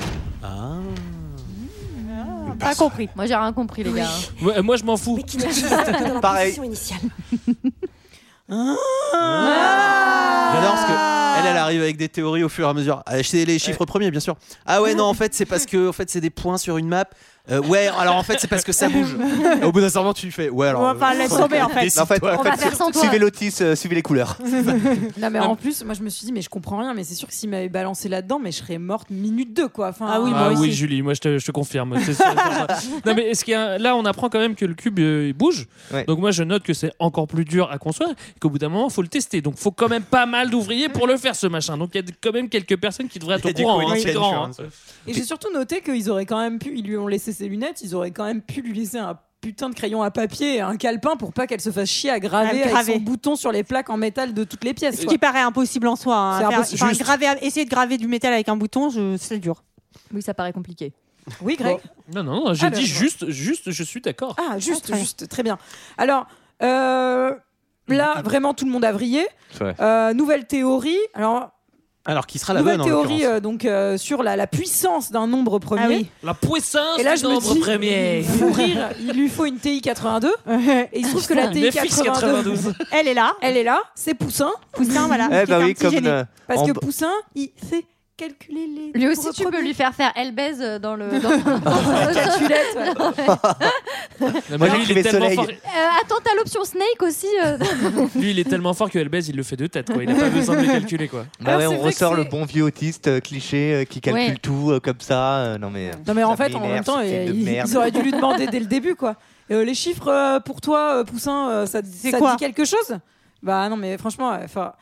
Pas compris. Moi, j'ai rien compris, les gars. Moi, je m'en fous. Mais qui n'agit pas que dans la position initiale. J'adore parce que elle arrive avec des théories au fur et à mesure. C'est les chiffres premiers, bien sûr. Ah ouais, non, en fait, c'est parce que c'est des points sur une map. Alors en fait, c'est parce que ça bouge. Et au bout d'un certain moment, tu fais alors. Laisse tomber en fait. En fait, suivez l'autis, suivez les couleurs. Non, mais en plus, moi je me suis dit, mais je comprends rien, mais c'est sûr que s'il m'avait balancé là-dedans, mais je serais morte minute 2, quoi. Enfin, oui, Julie, moi je te confirme. Non, mais là, on apprend quand même que le cube il bouge. Ouais. Donc moi, je note que c'est encore plus dur à construire, qu'au bout d'un moment, il faut le tester. Donc il faut quand même pas mal d'ouvriers pour le faire, ce machin. Donc il y a quand même quelques personnes qui devraient être au courant. C'est grand. Et j'ai surtout noté qu'ils auraient quand même pu, ils lui ont laissé ses lunettes, ils auraient quand même pu lui laisser un putain de crayon à papier et un calepin pour pas qu'elle se fasse chier à graver avec son bouton sur les plaques en métal de toutes les pièces. Ce qui paraît impossible en soi. Hein. Essayer de graver du métal avec un bouton, c'est dur. Oui, ça paraît compliqué. Oui, Greg. Non, j'ai dit juste, je suis d'accord. Ah, juste, très bien. Alors, là, vraiment, tout le monde a vrillé. Nouvelle théorie. Alors, qui sera la bonne théorie sur la puissance d'un nombre premier. Ah oui. La puissance et là, du nombre premier. Pour rire, il lui faut une TI 82. Et il se trouve que la TI 92, elle est là. C'est Poussin. Poussin, voilà. Oui, comme parce que Poussin, il sait calculer les. Lui aussi, tu peux lui faire elle baise dans le. la calculette. Moi, lui, il est tellement fort. Attends, t'as l'option Snake aussi. Lui, il est tellement fort que Elbez, il le fait de tête, quoi. Il n'a pas besoin de le calculer, quoi. On ressort le bon vieux autiste cliché qui calcule tout comme ça. Non mais en fait, en même temps, ils auraient dû lui demander dès le début, quoi. Les chiffres pour toi, Poussin, ça dit quelque chose? Bah non, mais franchement,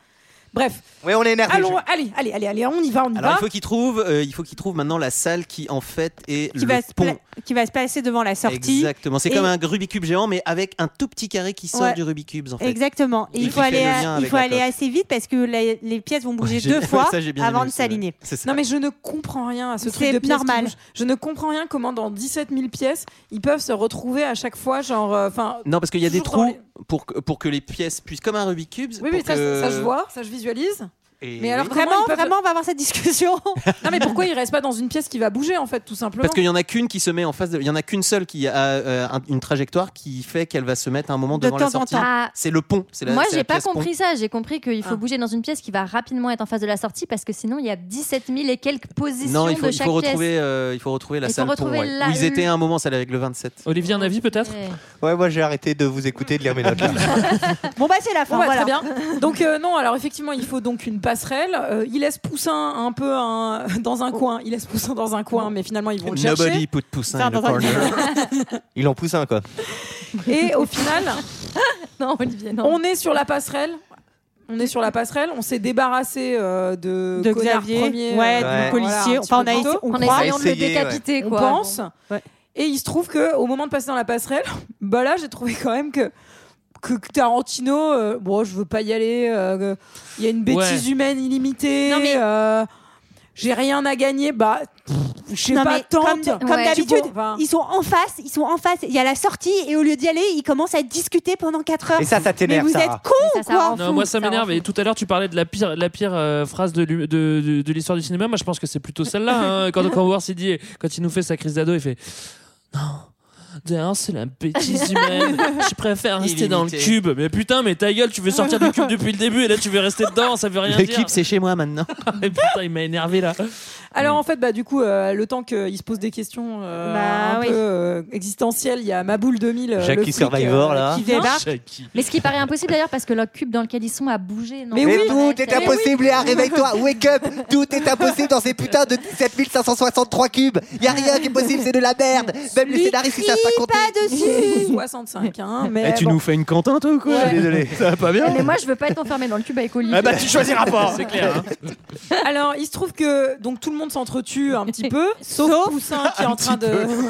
Bref. Ouais, on est énervé. Allez, on y va. Alors il faut qu'il trouve maintenant la salle qui en fait est pont. Qui va se placer devant la sortie. Exactement. C'est comme un Rubik's Cube géant, mais avec un tout petit carré qui sort du Rubik's Cube en fait. Exactement. Et il faut aller assez vite parce que les pièces vont bouger 2 fois avant de s'aligner. Non mais je ne comprends rien à ce truc de pièces normal. Je ne comprends rien comment dans 17 000 pièces ils peuvent se retrouver à chaque fois non parce qu'il y a des trous pour que les pièces puissent comme un Rubik's Cube. Oui ça je vois, ça je visualise. Mais alors vraiment, on va avoir cette discussion. Non mais pourquoi ils restent pas dans une pièce qui va bouger en fait tout simplement? Parce qu'il y en a qu'une qui se met en face il y en a qu'une seule qui a une trajectoire qui fait qu'elle va se mettre à un moment devant la sortie. C'est le pont. Moi j'ai pas compris ça. J'ai compris qu'il faut bouger dans une pièce qui va rapidement être en face de la sortie parce que sinon il y a 17 000 et quelques positions de chaque pièce. Il faut retrouver la salle pont. Où ils étaient à un moment, celle avec le 27. Olivier, un avis peut-être? Ouais, moi j'ai arrêté de vous écouter, de lire mes notes. Bon bah c'est la fin. Très bien. Donc non, alors effectivement il faut donc une passerelle. Il laisse Poussin un peu dans un coin. Il laisse Poussin dans un coin, mais finalement ils vont le chercher. Nobody put Poussin in the corner. Ils l'ont poussé quoi. Et au final, non Olivier, non. On est sur la passerelle. On s'est débarrassé de Xavier, premier, du policier. On essayant de le décapiter, quoi. On pense. Ouais. Et il se trouve que au moment de passer dans la passerelle, bah là j'ai trouvé quand même que Tarantino, bon, je veux pas y aller. Il y a une bêtise humaine illimitée. Non, mais... j'ai rien à gagner. Bah, je sais pas, tente. Comme d'habitude, ils sont en face. Il y a la sortie et au lieu d'y aller, ils commencent à discuter pendant 4 heures. Et ça t'énerve. Mais vous êtes cons, quoi. Non, moi ça m'énerve. Et tout à l'heure, tu parlais de la pire phrase de l'histoire du cinéma. Moi, je pense que c'est plutôt celle-là. Quand Howard s'est dit, quand il nous fait sa crise d'ado, il fait non. D'ailleurs, c'est la bêtise humaine. Je préfère rester dans le cube. Mais putain, mais ta gueule, tu veux sortir du cube depuis le début et là tu veux rester dedans, ça veut rien dire. Le cube, c'est chez moi maintenant. Et putain, il m'a énervé là. Alors en fait, du coup, le temps qu'il se pose des questions peu existentielles, il y a Maboule 2000, Jackie Survivor là, qui débarque. Mais ce qui paraît impossible d'ailleurs parce que le cube dans lequel ils sont a bougé. Non mais tout est impossible, Léa, réveille-toi, wake up. Tout est impossible dans ces putains de 17 563 cubes. Il y a rien qui est possible, c'est de la merde. Même les scénaristes ils savent pas compter. Pas dessus. 65 mais tu nous fais une Quentin toi ou quoi? Ouais. Désolé, ça va pas bien. Mais moi je veux pas être enfermé dans le cube avec Olivier. Tu choisiras pas. C'est clair. Alors il se trouve que donc tout le monde s'entretue un petit peu, sauf Poussin qui est en train de.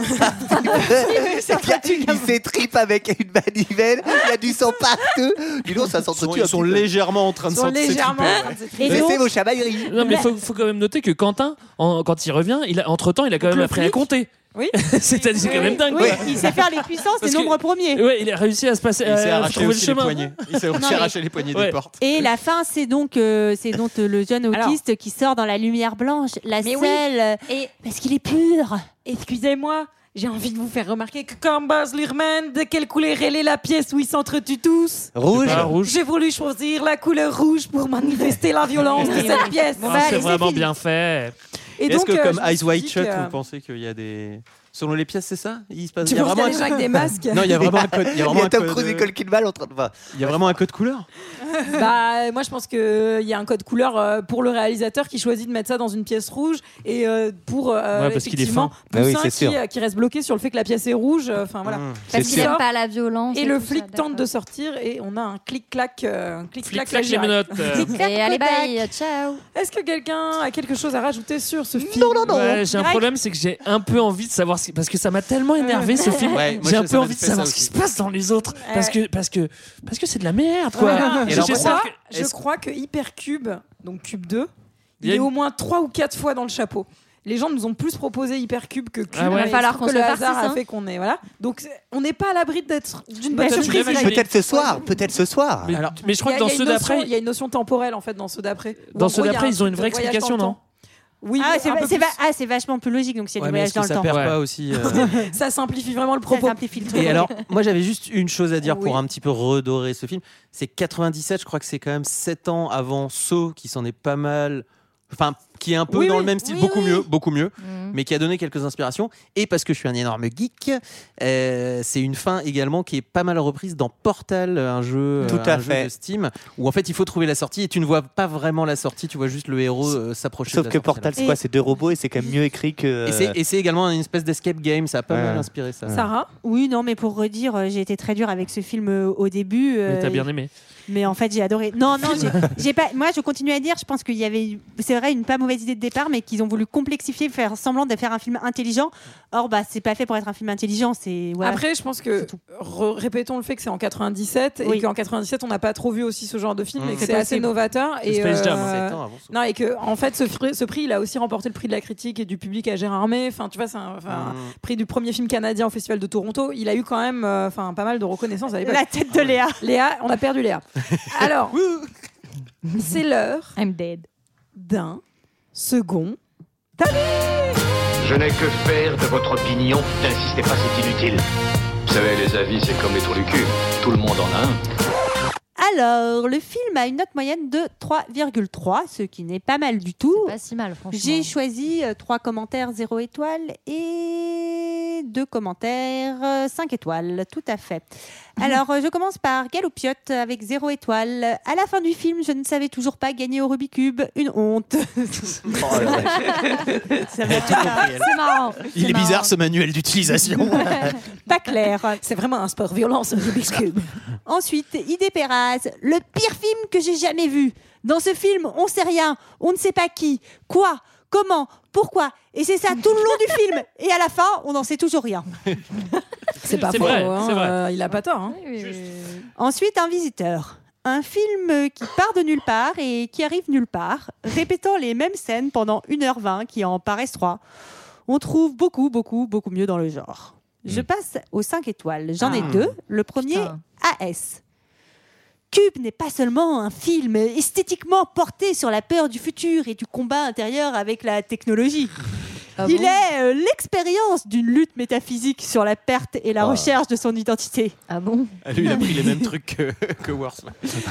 Il s'étripe avec une manivelle, il y a du sang partout. Dis donc, ça s'entretue. Ils sont légèrement en train de s'étriper. Laissez vos chamailleries. Non, mais faut quand même noter que Quentin, quand il revient, entre-temps, il a quand même appris à compter. Oui. C'est quand même dingue. Oui, il sait faire les puissances des nombres premiers. Ouais, il a réussi à se passer. Il s'est arraché trouver le chemin. Il s'est arraché les poignées des portes. Et la fin, c'est donc le jeune autiste qui sort dans la lumière blanche, la selle, parce qu'il est pur. Excusez-moi. J'ai envie de vous faire remarquer que comme Baz Luhrmann, de quelle couleur elle est la pièce où ils s'entretuent tous? Rouge. J'ai voulu choisir la couleur rouge pour manifester la violence de cette pièce. C'est vraiment bien fait. Et est-ce donc, que comme Eyes Wide Shut, vous pensez qu'il y a des... Selon les pièces, c'est ça? Il se passe. Tu penses qu'il y a des gens avec des masques? Non, il y a vraiment un code. Il y a Tom Cruise et Nicole Kidman en train de voir. Il y a vraiment un code couleur. Moi je pense qu'il y a un code couleur pour le réalisateur qui choisit de mettre ça dans une pièce rouge et pour effectivement Poussin qui reste bloqué sur le fait que la pièce est rouge. Enfin voilà. Parce qu'il n'aime pas la violence. Et le flic tente de sortir et on a un clic-clac. Clic-clac les menottes. Et allez bye, ciao. Est-ce que quelqu'un a quelque chose à rajouter sur ce film? Non. Ouais, j'ai un problème, c'est que j'ai un peu envie de savoir parce que ça m'a tellement énervé ce film. J'ai un peu envie de savoir ce qui se passe dans les autres parce que c'est de la merde quoi. Je crois que Hypercube, donc Cube 2, il est au moins 3 ou 4 fois dans le chapeau. Les gens nous ont plus proposé Hypercube que Cube. Il va falloir qu'on se le hasard a fait qu'on est Donc on n'est pas à l'abri d'être d'une bonne surprise. Peut-être ce soir. Mais je crois que dans ceux d'après, il y a une notion temporelle en fait dans ceux d'après. Dans ceux d'après, ils ont une vraie explication, non? Oui, c'est vachement plus logique, donc c'est du voyage dans le temps. Ça perd pas aussi. Ça simplifie vraiment le propos. Et alors, moi j'avais juste une chose à dire pour un petit peu redorer ce film. C'est 97, je crois que c'est quand même 7 ans avant Saw qui s'en est pas mal. Enfin, qui est un peu dans le même style, beaucoup mieux, mais qui a donné quelques inspirations. Et parce que je suis un énorme geek, c'est une fin également qui est pas mal reprise dans Portal, un jeu de Steam, où en fait il faut trouver la sortie et tu ne vois pas vraiment la sortie, tu vois juste le héros s'approcher. Sauf que Portal, c'est quoi? C'est 2 robots et c'est quand même mieux écrit que. Et c'est également une espèce d'escape game, ça a pas mal inspiré ça. Sarah? Oui, non, mais pour redire, j'ai été très dure avec ce film au début. Mais t'as bien aimé. Mais en fait, j'ai adoré. Non, j'ai pas. Moi, je continue à dire, je pense qu'il y avait, c'est vrai, une pas mauvaise idée de départ, mais qu'ils ont voulu complexifier, faire semblant de faire un film intelligent. Or, c'est pas fait pour être un film intelligent. C'est. Voilà. Après, je pense que répétons le fait que c'est en 97 et qu'en 97, on n'a pas trop vu aussi ce genre de film et que c'est assez novateur. Et Space Jam. Non, et que en fait, ce prix, il a aussi remporté le prix de la critique et du public à Gérard May. Enfin, tu vois, c'est un prix du premier film canadien au Festival de Toronto. Il a eu quand même, pas mal de reconnaissance à l'époque. La tête de Léa. Léa, on a perdu Léa. Alors, c'est l'heure d'un second avis. Je n'ai que faire de votre opinion. N'insistez pas, c'est inutile. Vous savez, les avis, c'est comme les trous du cul. Tout le monde en a un. Alors, le film a une note moyenne de 3,3, ce qui n'est pas mal du tout. C'est pas si mal, franchement. J'ai choisi 3 commentaires 0 étoiles et 2 commentaires 5 étoiles, tout à fait. Alors, je commence par Galoupiote avec 0 étoile. À la fin du film, je ne savais toujours pas gagner au Rubik's Cube. Une honte. C'est marrant. Il est bizarre ce manuel d'utilisation. Pas clair. C'est vraiment un sport violent, ce Rubik's Cube. Ensuite, Idée Perraz, le pire film que j'ai jamais vu. Dans ce film, on sait rien, on ne sait pas qui, quoi, comment, pourquoi. Et c'est ça tout le long du film. Et à la fin, on n'en sait toujours rien. C'est pas faux, vrai, hein, c'est vrai. il a pas tort. Hein. Ensuite, Un visiteur. Un film qui part de nulle part et qui arrive nulle part, répétant les mêmes scènes pendant 1h20 qui en paraissent 3. On trouve beaucoup mieux dans le genre. Je passe aux 5 étoiles. J'en ai 2. Le premier, AS. Cube n'est pas seulement un film esthétiquement porté sur la peur du futur et du combat intérieur avec la technologie. Il est l'expérience d'une lutte métaphysique sur la perte et la recherche de son identité. Ah bon? Lui, il a pris les mêmes trucs que Worth.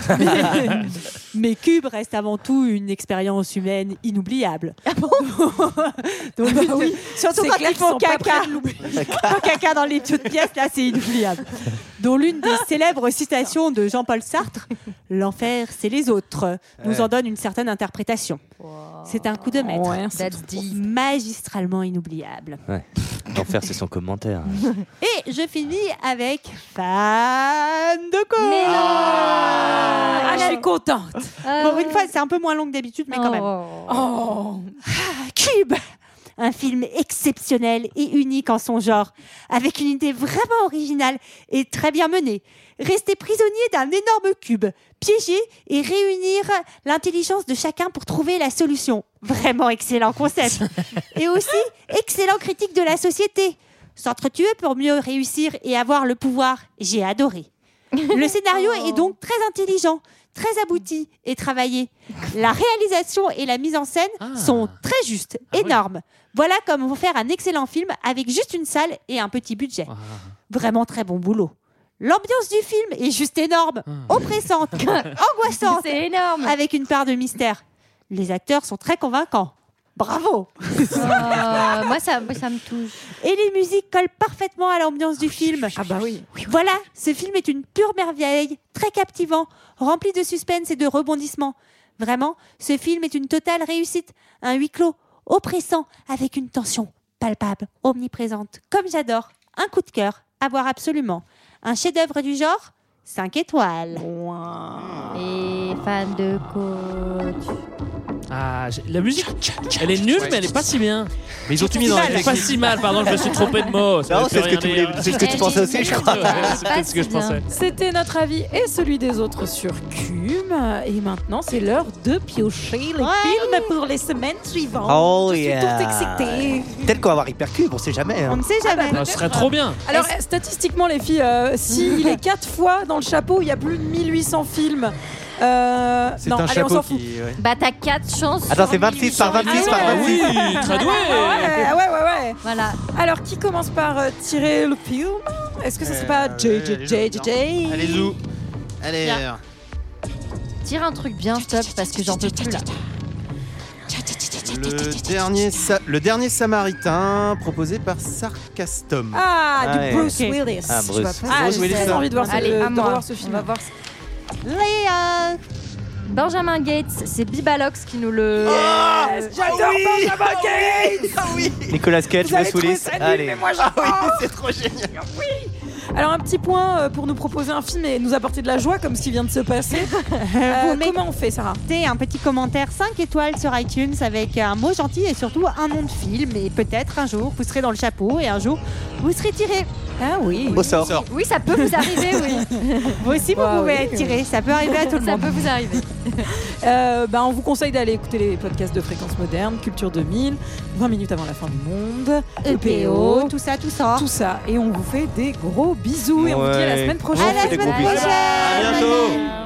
Mais Cube reste avant tout une expérience humaine inoubliable. Ah bon? Donc, oui. Surtout quand ils font caca. Caca dans les petites pièces, là, c'est inoubliable. Dont l'une des célèbres citations de Jean-Paul Sartre, « L'enfer, c'est les autres », nous en donne une certaine interprétation. C'est un coup de maître. Magistralement inoubliable. Ouais. L'enfer, c'est son commentaire. Et je finis avec Fan de Co. Je suis contente. Bon, une fois, c'est un peu moins long que d'habitude, mais quand même. Cube, un film exceptionnel et unique en son genre, avec une idée vraiment originale et très bien menée. Rester prisonnier d'un énorme cube, piéger et réunir l'intelligence de chacun pour trouver la solution. Vraiment excellent concept. Et aussi, excellent critique de la société. S'entretuer pour mieux réussir et avoir le pouvoir. J'ai adoré. Le scénario est donc très intelligent, très abouti et travaillé. La réalisation et la mise en scène sont très justes, énormes. Voilà comme on peut faire un excellent film avec juste une salle et un petit budget. Vraiment très bon boulot. L'ambiance du film est juste énorme, oppressante, angoissante, c'est énorme, avec une part de mystère. Les acteurs sont très convaincants. Bravo. Moi, ça me touche. Et les musiques collent parfaitement à l'ambiance du film. Ah bah oui. Voilà, ce film est une pure merveille, très captivant, rempli de suspense et de rebondissements. Vraiment, ce film est une totale réussite, un huis clos oppressant, avec une tension palpable, omniprésente, comme j'adore. Un coup de cœur, à voir absolument. Un chef-d'œuvre du genre, 5 étoiles. Et fan de coach. La musique, elle est nulle, mais elle est pas si bien. Mais ils ont tout mis dans la pas si mal, pardon, je me suis trompé de mot. Non, c'est ce que tu pensais aussi, je crois. C'est peut-être ce que je pensais. C'était notre avis et celui des autres sur Cube. Et maintenant, c'est l'heure de piocher les films pour les semaines suivantes. Oh, je suis toute excitée. Peut-être qu'on va avoir Hypercube, on sait jamais. On ne sait jamais. Ce serait trop bien. Alors, statistiquement, les filles, s'il est 4 fois dans le chapeau, il y a plus de 1800 films. C'est non, un allez, chapeau on s'en fout. qui. Bah, t'as 4 chances. Attends, c'est 26 par 26 par 26. Oui, très doué. Ouais. Voilà. Alors, qui commence par tirer le film? Est-ce que ça c'est pas JJJJ? Allez, Zou. Allez. Tire un truc bien, stop, parce que j'en peux plus là. Le dernier Samaritain, proposé par Sarcastom. Du Bruce Willis. J'ai envie de voir ce film. On va voir. Léa. Benjamin Gates, c'est Bibalox qui nous le. J'adore Benjamin Gates. Oui. Nicolas Cage, Bruce Willis. Allez. Mais moi c'est trop génial. Oui. Alors un petit point pour nous proposer un film et nous apporter de la joie comme ce qui vient de se passer. Comment on fait, Sarah ? Un petit commentaire 5 étoiles sur iTunes avec un mot gentil et surtout un nom de film. Et peut-être un jour vous serez dans le chapeau et un jour vous serez tiré. Ah oui. Au sort. Oui, ça peut vous arriver, oui. Vous aussi, vous pouvez être tiré. Ça peut arriver à tout le monde. Ça peut vous arriver. On vous conseille d'aller écouter les podcasts de Fréquence Moderne, Culture 2000, 20 minutes avant la fin du monde, EPO, tout ça. Tout ça. Et on vous fait des gros bisous et on vous dit à la semaine prochaine. À la semaine prochaine. À bientôt.